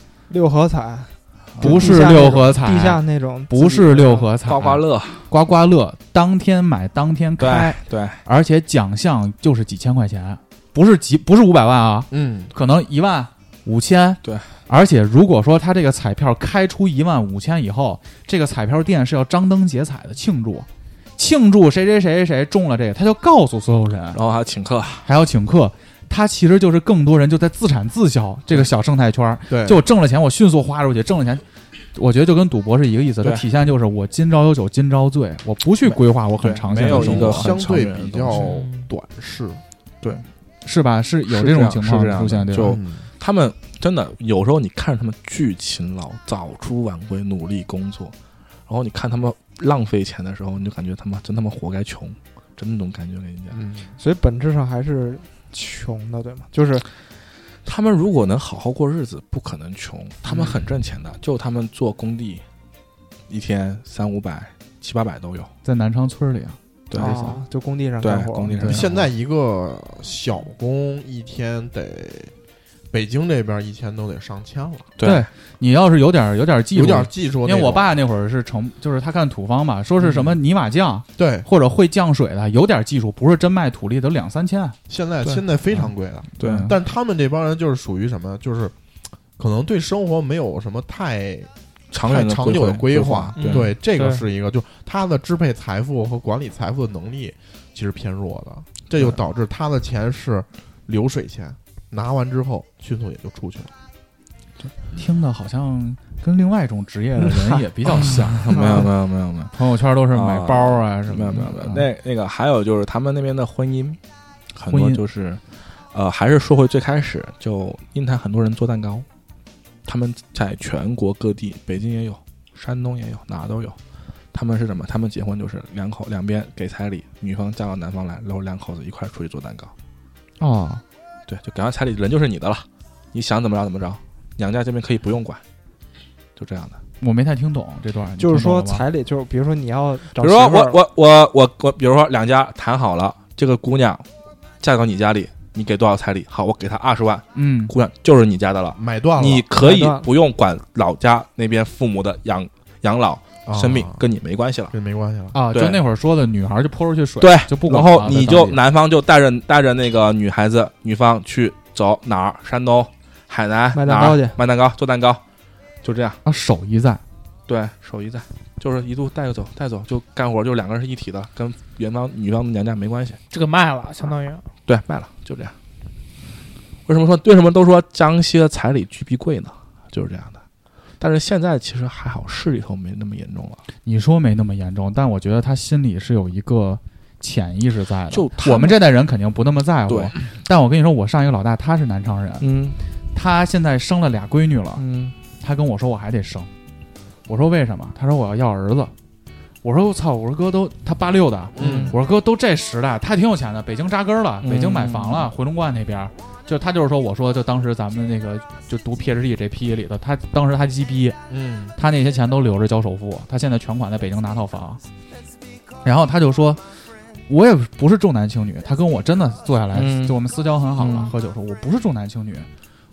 ，6合彩。 不是6合彩， 地下那种不是6合彩，刮刮乐，当天买当天开， 对， 而且奖项就是几千块钱，不是500万啊，可能1万5000， 对， 而且如果说他这个彩票开出1万5000以后，这个彩票店是要张灯结彩的庆祝谁中了这个，他就告诉所有人，然后还要请客。他其实就是更多人就在自产自销这个小生态圈， 对， 就我挣了钱我迅速花出去，挣了钱，我觉得就跟赌博是一个意思，它体现就是我今朝有酒今朝醉，我不去规划我很长线的生活， 相对比较短视， 对， 是吧？是有这种情况出现，对吧？ 就他们真的有时候你看着他们巨勤劳，早出晚归，努力工作，然后你看他们浪费钱的时候，你就感觉他们活该穷，真那种感觉，跟你讲。 所以本质上还是穷的，对吗？就是他们如果能好好过日子，不可能穷。他们很挣钱的，就他们做工地，一天300-500、700-800都有， 在南昌村里啊。 对， 就工地上干活。 工地上。 现在一个小工一天得。北京这边1000都得上千了。 对，你要是有点技术， 因为我爸那会儿是就是他看土方嘛，说是什么泥瓦匠， 对， 或者会降水的，有点技术，不是真卖土力都2-3千。 现在非常贵的， 对。 但他们这帮人就是属于什么，就是可能对生活没有什么太长久的规划。对，这个是一个，就他的支配财富和管理财富的能力其实偏弱的，这就导致他的钱是流水钱。拿完之后迅速也就出去了， 听的好像跟另外一种职业的人也比较像。 没有， 朋友圈都是买包啊什么。 没有。那个还有就是他们那边的婚姻，很多就是还是说回最开始，就印台很多人做蛋糕，他们在全国各地，北京也有，山东也有，哪都有。他们是什么？他们结婚就是两边给彩礼，女方嫁到男方来，然后2口子一块出去做蛋糕。 哦。 对，就给完彩礼，人就是你的了，你想怎么着怎么着，娘家这边可以不用管，就这样的。 我没太听懂这段， 就是说彩礼，就是比如说你要找， 比如说我，比如说两家谈好了，这个姑娘嫁到你家里，你给多少彩礼？好，我给她20万，姑娘就是你家的了， 买断了， 你可以不用管老家那边父母的养老。生命跟你没关系了， 跟没关系了啊！就那会儿说的，女孩就泼出去水， 对， 就不管。 然后你就男方就带着那个女方去走哪儿，山东、海南卖蛋糕去， 卖蛋糕做蛋糕，就这样啊，手艺在， 对，手艺在，就是一路带走，就干活，就2个人是一体的，跟女方的娘家没关系。 这个卖了，相当于对卖了，就这样。为什么都说江西的彩礼巨逼贵呢？就是这样的。但是现在其实还好，市里头没那么严重了。 你说没那么严重，但我觉得他心里是有一个潜意识在的。 就我们这代人肯定不那么在乎。对。但我跟你说，我上一个老大他是南昌人，他现在生了2闺女了，他跟我说我还得生，我说为什么？他说我要儿子。我说我操，我说哥都他86的，我说哥都这时代，他挺有钱的，北京扎根了，北京买房了，回龙观那边。就他就是说，我说就当时咱们那个就读 PhD 这批里头，他当时他鸡逼，他那些钱都留着交首付，他现在全款在北京拿套房，然后他就说，我也不是重男轻女，他跟我真的坐下来，就我们私交很好了，喝酒说我不是重男轻女，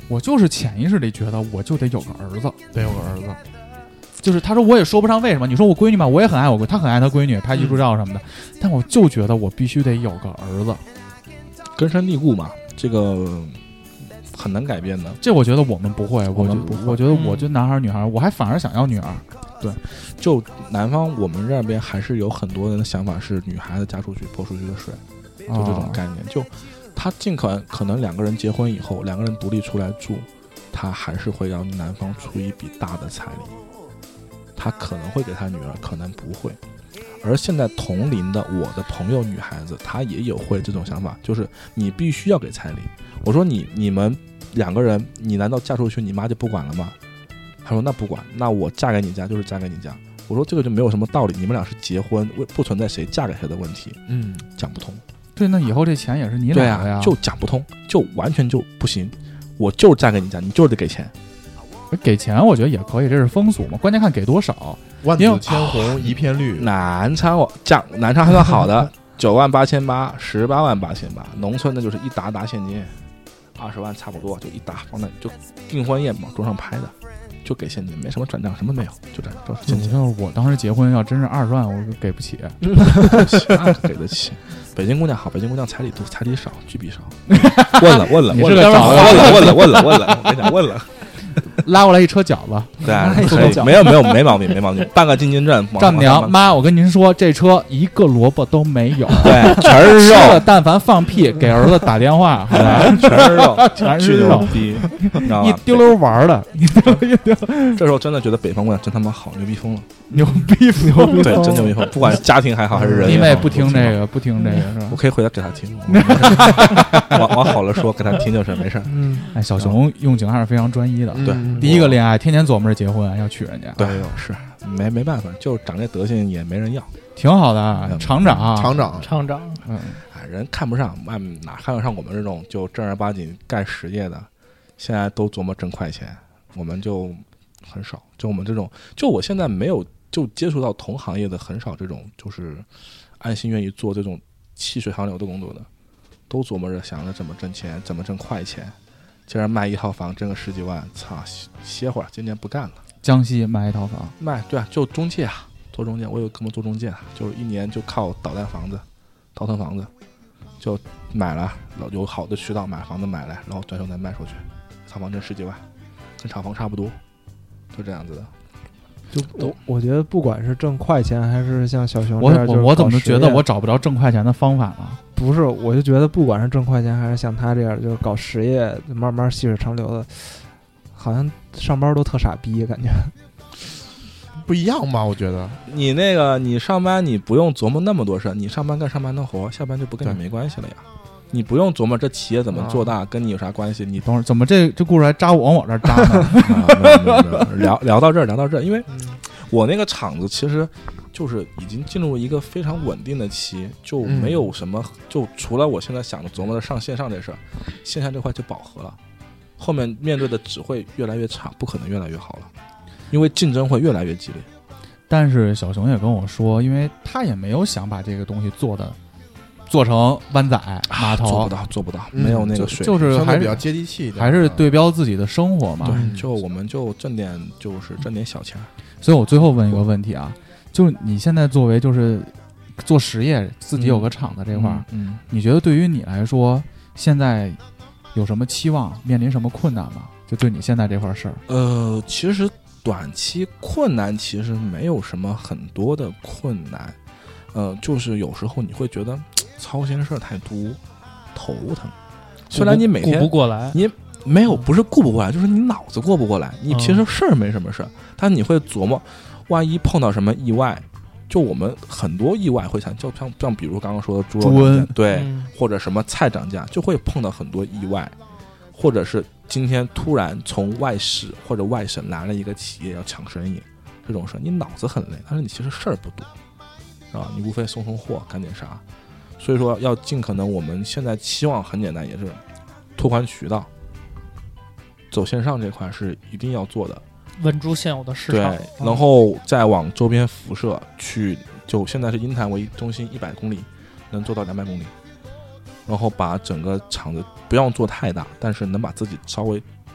我就是潜意识里觉得我就得有个儿子， 得有个儿子。 就是他说我也说不上为什么，你说我闺女嘛，我也很爱我闺女，他很爱他闺女，拍艺术照什么的，但我就觉得我必须得有个儿子， 根深蒂固嘛，这个很难改变的。 这我觉得我们不会，我觉得我就男孩女孩，我还反而想要女儿。对， 就南方我们这边还是有很多人的想法是女孩子嫁出去泼出去的水，就这种概念。就他尽可能两个人结婚以后，两个人独立出来住，他还是会让男方出一笔大的彩礼，他可能会给他女儿，可能不会。而现在同龄的我的朋友女孩子，她也有会这种想法，就是你必须要给彩礼。我说你们两个人，你难道嫁出去你妈就不管了吗？他说那不管，那我嫁给你家就是嫁给你家。我说这个就没有什么道理，你们俩是结婚，不存在谁嫁给谁的问题，讲不通。 对，那以后这钱也是你俩的呀， 就讲不通，就完全就不行。我就是嫁给你家，你就是得给钱。 给钱我觉得也可以，这是风俗嘛，关键看给多少。 万紫千红一片绿， 南昌还算好的，98800， 188800，农村的就是一沓现金，20万差不多，就一沓放那，就订婚宴嘛，桌上拍的，就给现金，没什么转账，什么没有，就这都是现金。 要是我当时结婚要真是20万，我给不起， 给得起。北京姑娘好，北京姑娘彩礼少，巨比少。问了， 问了， 我跟你讲，问了。 拉过来一车饺子， 对，没毛病，办个进京证。 丈母娘妈，我跟您说，这车一个萝卜都没有， 对，全是肉。 但凡放屁，给儿子打电话，好吧， 全是肉，全是肉， 一丢溜玩的。 这时候真的觉得北方姑娘真他妈好，牛逼疯了， 牛逼疯， 对，真牛逼疯。不管是家庭还好还是人， 因为不听这个，是吧？ 我可以回来给他听，往好了说，给他听就是没事。 哎，小熊用情还是非常专一的， 对。 第一个恋爱，天天琢磨着结婚，要娶人家。 对，是没办法，就长这德行也没人要， 挺好的，厂长。 人看不上，哪看得上我们这种就正儿八经干实业的？现在都琢磨挣快钱，我们就很少。就我们这种，就我现在没有就接触到同行业的很少这种，就是安心愿意做这种细水长流的工作的，都琢磨着想着怎么挣钱，怎么挣快钱。今儿卖一套房挣个10几万，操，歇会儿，今年不干了。 江西卖一套房， 对啊，就中介啊，做中介，我有哥们做中介，就是一年就靠倒腾房子，就买了，有好的渠道买房子买来，然后转手再卖出去，厂房挣10几万，跟厂房差不多，就这样子的。 我觉得不管是挣快钱还是像小熊这样， 我怎么觉得我找不着挣快钱的方法呢？ 不是，我就觉得不管是挣快钱还是像他这样就是搞实业，慢慢细水长流的，好像上班都特傻逼，感觉不一样吧？我觉得你上班你不用琢磨那么多事，你上班干上班的活，下班就不跟你没关系了呀。你不用琢磨这企业怎么做大，跟你有啥关系？你等会儿怎么这故事还往我这儿扎呢？聊到这儿，因为我那个厂子其实就是已经进入一个非常稳定的期，就没有什么，就除了我现在想着琢磨的上线上这事儿，线下这块就饱和了。后面面对的只会越来越差，不可能越来越好了，因为竞争会越来越激烈。 但是小熊也跟我说，因为他也没有想把这个东西做成湾仔码头， 做不到，没有那个水平， 就是还是比较接地气的， 还是对标自己的生活嘛。 对，就我们就挣点小钱。 所以我最后问一个问题啊，就是你现在作为就是做实业，自己有个厂子这块儿，你觉得对于你来说，现在有什么期望，面临什么困难吗？就对你现在这块事儿， 其实短期困难其实没有什么很多的困难，就是有时候你会觉得操心事儿太多，头疼。虽然你每天顾不过来， 你没有不是顾不过来，就是你脑子过不过来。你平时事儿没什么事儿，但你会琢磨，万一碰到什么意外，就我们很多意外会产，就像比如刚刚说的猪肉涨价，对，或者什么菜涨价，就会碰到很多意外，或者是今天突然从外市或者外省来了一个企业要抢生意，这种事你脑子很累，但是你其实事儿不多，啊，你无非送货干点啥。所以说要尽可能，我们现在期望很简单，也是拓宽渠道，走线上这块是一定要做的， 稳住现有的市场， 对，然后再往周边辐射去，就现在是鹰潭为中心100公里，能做到200公里，然后把整个厂子不要做太大，但是能把自己稍微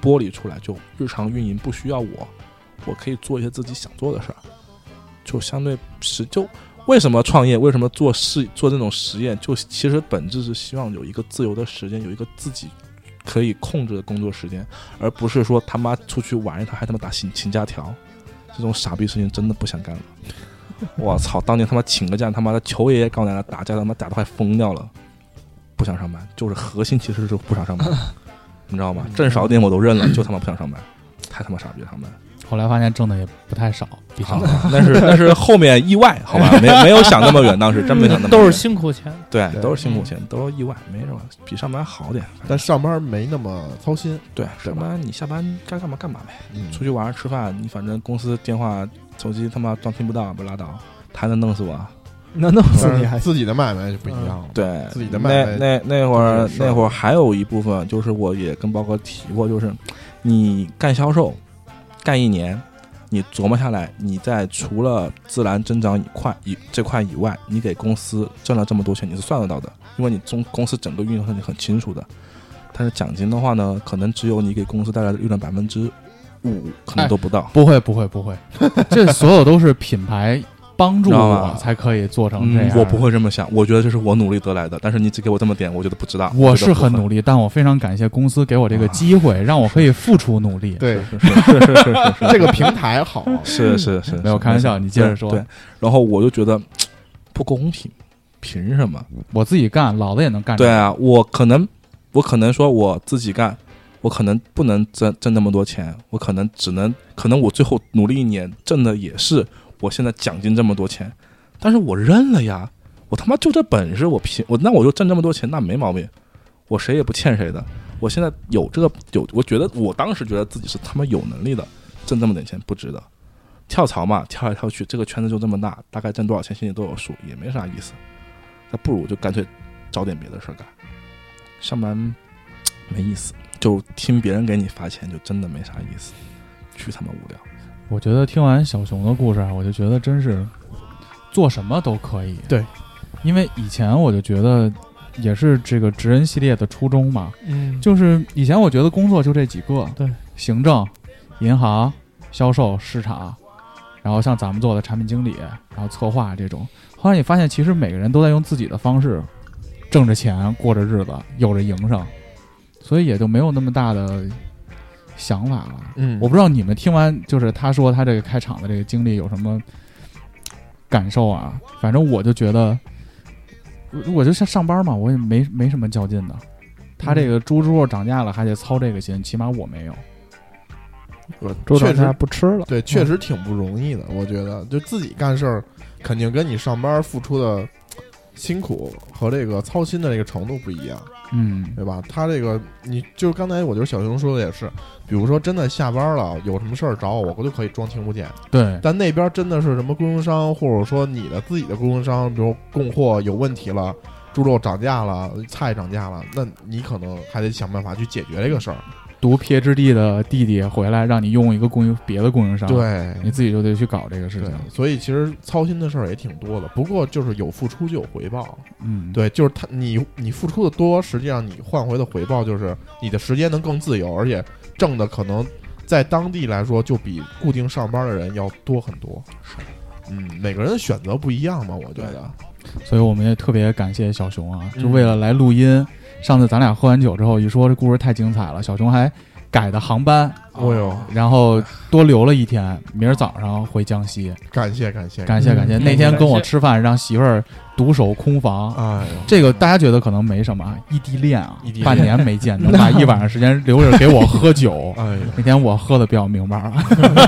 剥离出来，就日常运营不需要我可以做一些自己想做的事儿，就相对就为什么创业，为什么做这种实验，就其实本质是希望有一个自由的时间，有一个自己可以控制的工作时间，而不是说他妈出去玩一趟还他妈打请假条，这种傻逼事情真的不想干了。我操！当年他妈请个假，他妈的求爷爷告奶奶打架，他妈打得快疯掉了。不想上班，就是核心其实是不想上班，你知道吗？挣少点我都认了，就他妈不想上班，太他妈傻逼了上班。 后来发现挣的也不太少，比上班。 但是后面意外，好吧，没有想那么远，当时真没想那么远， 都是辛苦钱， 对，都是辛苦钱，都是意外，没什么，比上班好点。 但上班没那么操心， 对，上班你下班该干嘛干嘛呗，出去玩吃饭，你反正公司电话手机他妈装听不到，不拉倒，他能弄死我。 那弄死你还自己的买卖就不一样了。 对， 自己的买卖那会儿还有一部分就是我也跟包哥提过，就是你干销售干1年，你琢磨下来，你在除了自然增长这块以外，你给公司挣了这么多钱，你是算得到的，因为你公司整个运营是你很清楚的。但是奖金的话呢，可能只有你给公司带来的利润5%，可能都不到。 不会，这所有都是品牌帮助我才可以做成这样。 我不会这么想，我觉得这是我努力得来的，但是你只给我这么点，我觉得不值当。 我是很努力，但我非常感谢公司给我这个机会，让我可以付出努力。 对，是这个平台好。 是， 没有开玩笑，你接着说。 对，然后我就觉得不公平，凭什么？ 我自己干，老子也能干。 对啊，我可能说我自己干，我可能不能挣那么多钱，我可能我最后努力1年挣的也是我现在奖金这么多钱，但是我认了呀，我他妈就这本事，那我就挣这么多钱，那没毛病，我谁也不欠谁的。我现在我觉得我当时觉得自己是他妈有能力的，挣这么点钱不值得。跳槽嘛，跳来跳去，这个圈子就这么大，大概挣多少钱心里都有数，也没啥意思。那不如就干脆找点别的事干，上班没意思，就听别人给你发钱，就真的没啥意思，巨他妈无聊。 我觉得听完小熊的故事，我就觉得真是做什么都可以。 对， 因为以前我就觉得也是这个职人系列的初衷嘛，就是以前我觉得工作就这几个， 对， 行政、银行、销售、市场，然后像咱们做的产品经理，然后策划这种。后来你发现，其实每个人都在用自己的方式挣着钱，过着日子，有着营生，所以也就没有那么大的想法了。我不知道你们听完就是他说他这个开场的这个经历有什么感受啊？反正我就觉得，我就像上班嘛，我也没什么较劲的。他这个猪肉涨价了，还得操这个心，起码我没有。 猪涨价不吃了， 对，确实挺不容易的。我觉得，就自己干事儿，肯定跟你上班付出的辛苦和这个操心的这个程度不一样，对吧？他这个，你就刚才我觉得小熊说的也是，比如说真的下班了，有什么事儿找我就可以装听不见。 对， 但那边真的是什么供应商，或者说你的自己的供应商，比如供货有问题了，猪肉涨价了，菜涨价了，那你可能还得想办法去解决这个事儿。 独撇之地的弟弟回来，让你用一个别的供应商， 对， 你自己就得去搞这个事情。 所以其实操心的事儿也挺多的，不过就是有付出就有回报。对，就是你付出的多，实际上你换回的回报就是你的时间能更自由，而且挣的可能在当地来说就比固定上班的人要多很多。每个人的选择不一样嘛，我觉得。 所以我们也特别感谢小熊啊，就为了来录音。上次咱俩喝完酒之后，一说这故事太精彩了，小熊还改的航班，然后多留了1天，明儿早上回江西。 感谢。 那天跟我吃饭，让媳妇儿独守空房。这个大家觉得可能没什么，异地恋啊，半年没见，能把1晚上时间留着给我喝酒。那天我喝的比较明白了。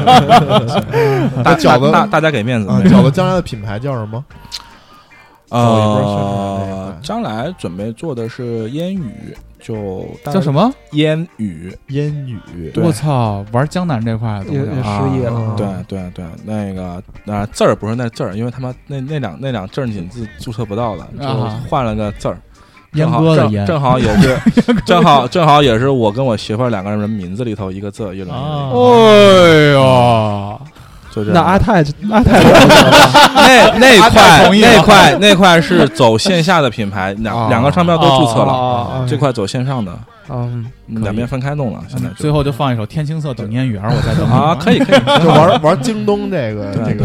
饺子， 大家给面子。 饺子将来的品牌叫什么？ 将来准备做的是烟雨，就叫什么烟雨？ 我操，玩江南这块也失业了。 对，那个字儿不是那字儿，因为他妈那两正经字注册不到了，就换了个字儿。 阉割的阉， 正好也是正好也是我跟我媳妇儿2个人名字里头一个字一人。 哎呀！ 就这样。 那阿泰那块是走线下的品牌，两个商标都注册了，这块走线上的。两边分开弄了，现在最后就放一首《天青色等烟雨》，我再等啊，可以， 就玩京东这个东西，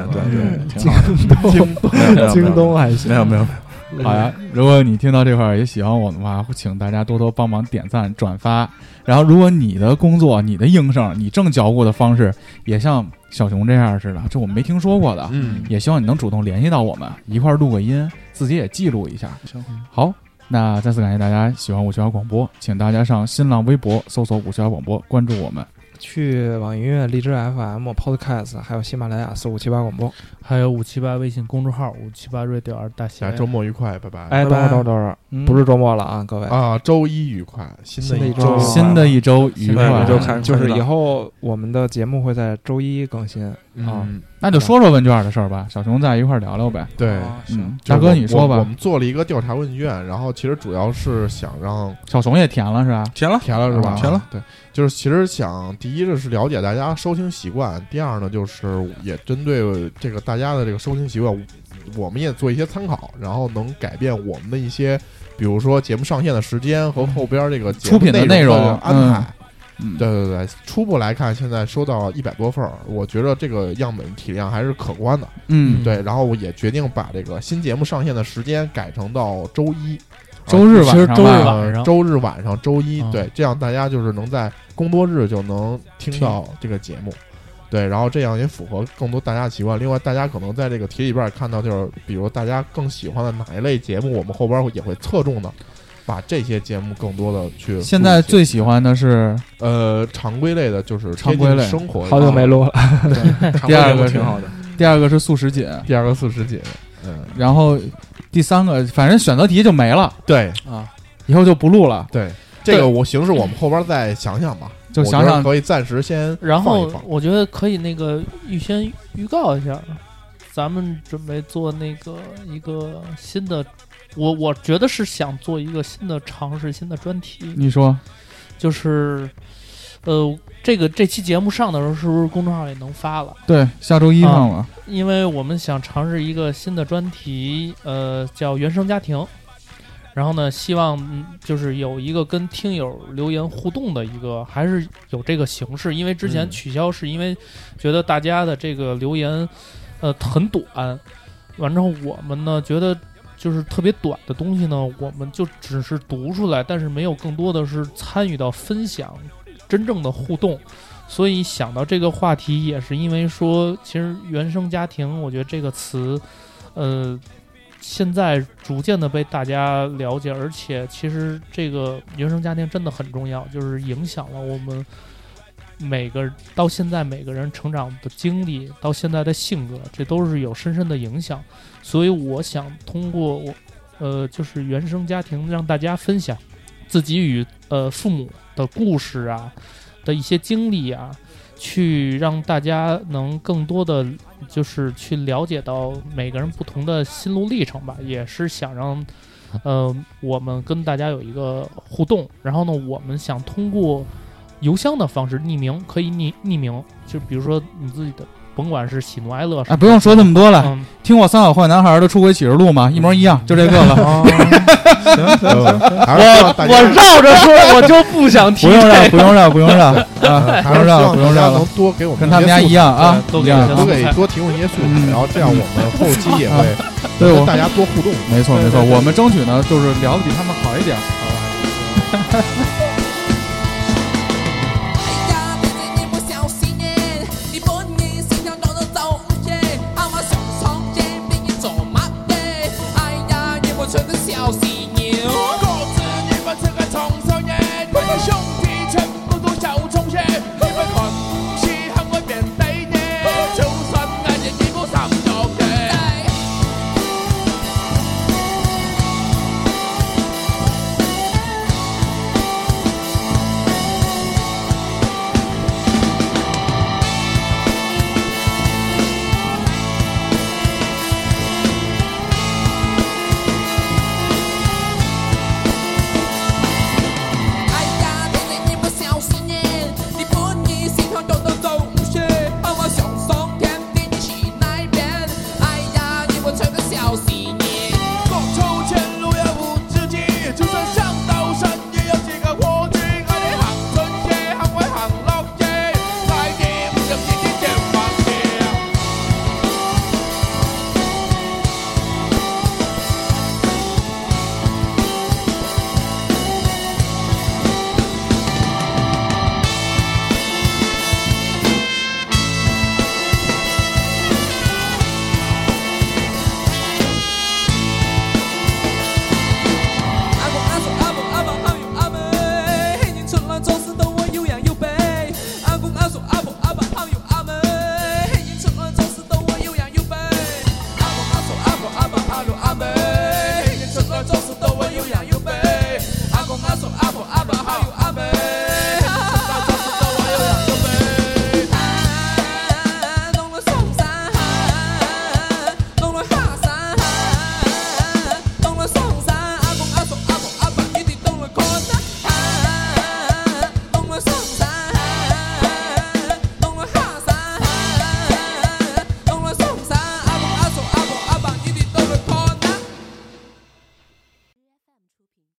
对， 京东还行， 没有。 好呀，如果你听到这块也喜欢我的话，请大家多多帮忙点赞转发。然后，如果你的工作、你的营生、你正脚步的方式也像小熊这样似的，这我们没听说过的，也希望你能主动联系到我们，一块录个音，自己也记录一下。好，那再次感谢大家喜欢5788广播，请大家上新浪微博搜索5788广播，关注我们。 去网易音乐、荔枝 FM、Podcast， 还有喜马拉雅搜578广播， 还有578微信公众号578radio 大写。 周末愉快，拜拜。 哎，等会儿，不是周末了啊，各位啊，周一愉快，新的一周愉快， 就是以后我们的节目会在周一更新啊。 那就说说问卷的事儿吧，小熊在一块聊聊呗。 对， 大哥你说吧。 我们做了一个调查问卷，然后其实主要是想让小熊也填了是吧？ 填了是吧？ 填了。 对，就是其实想第一个是了解大家收听习惯，第二呢就是也针对这个大家的这个收听习惯，我们也做一些参考，然后能改变我们的一些，比如说节目上线的时间和后边这个出品的内容安排。对，初步来看，现在收到100多份，我觉得这个样本体量还是可观的。对，然后我也决定把这个新节目上线的时间改成到周一、 周日晚上、 周日晚上、周一。对，这样大家就是能在工作日就能听到这个节目。对，然后这样也符合更多大家的习惯。另外，大家可能在这个题里边看到，就是比如大家更喜欢的哪一类节目，我们后边也会侧重的。把这些节目更多的去， 现在最喜欢的是常规类的，就是常规类生活。 好久没录了。 第二个挺好的， 第二个是速食锦，然后第三个反正选择题就没了。 对啊，以后就不录了。 对，这个形式我们后边再想想吧， 就想想可以暂时先然后我觉得可以那个先预告一下，咱们准备做那个一个新的。我觉得是想做一个新的尝试，新的专题。 你说， 就是这期节目上的时候，是不是公众号也能发了？ 对，下周一上了。 因为我们想尝试一个新的专题，叫原生家庭。然后呢，希望就是有一个跟听友留言互动的一个，还是有这个形式。因为之前取消是因为觉得大家的这个留言很短，完之后我们呢觉得。就是特别短的东西呢，我们就只是读出来，但是没有更多的是参与到分享，真正的互动。所以想到这个话题，也是因为说，其实原生家庭，我觉得这个词，现在逐渐的被大家了解，而且其实这个原生家庭真的很重要，就是影响了我们到现在每个人成长的经历，到现在的性格，这都是有深深的影响。所以我想通过就是原生家庭，让大家分享自己与父母的故事啊的一些经历啊，去让大家能更多的就是去了解到每个人不同的心路历程吧，也是想让我们跟大家有一个互动。然后呢，我们想通过邮箱的方式匿名，可以匿名，就比如说你自己的，甭管是喜怒哀乐， 不用说那么多了。听过三好坏男孩的出轨启示录吗？一模一样，就这个了。 行， 我绕着说，我就不想听。 不用绕，不用绕， 能多给我们跟他们家一样啊， 多提供一些素材，然后这样我们后期也会跟大家多互动。 没错，我们争取呢，就是聊得比他们好一点，好吧？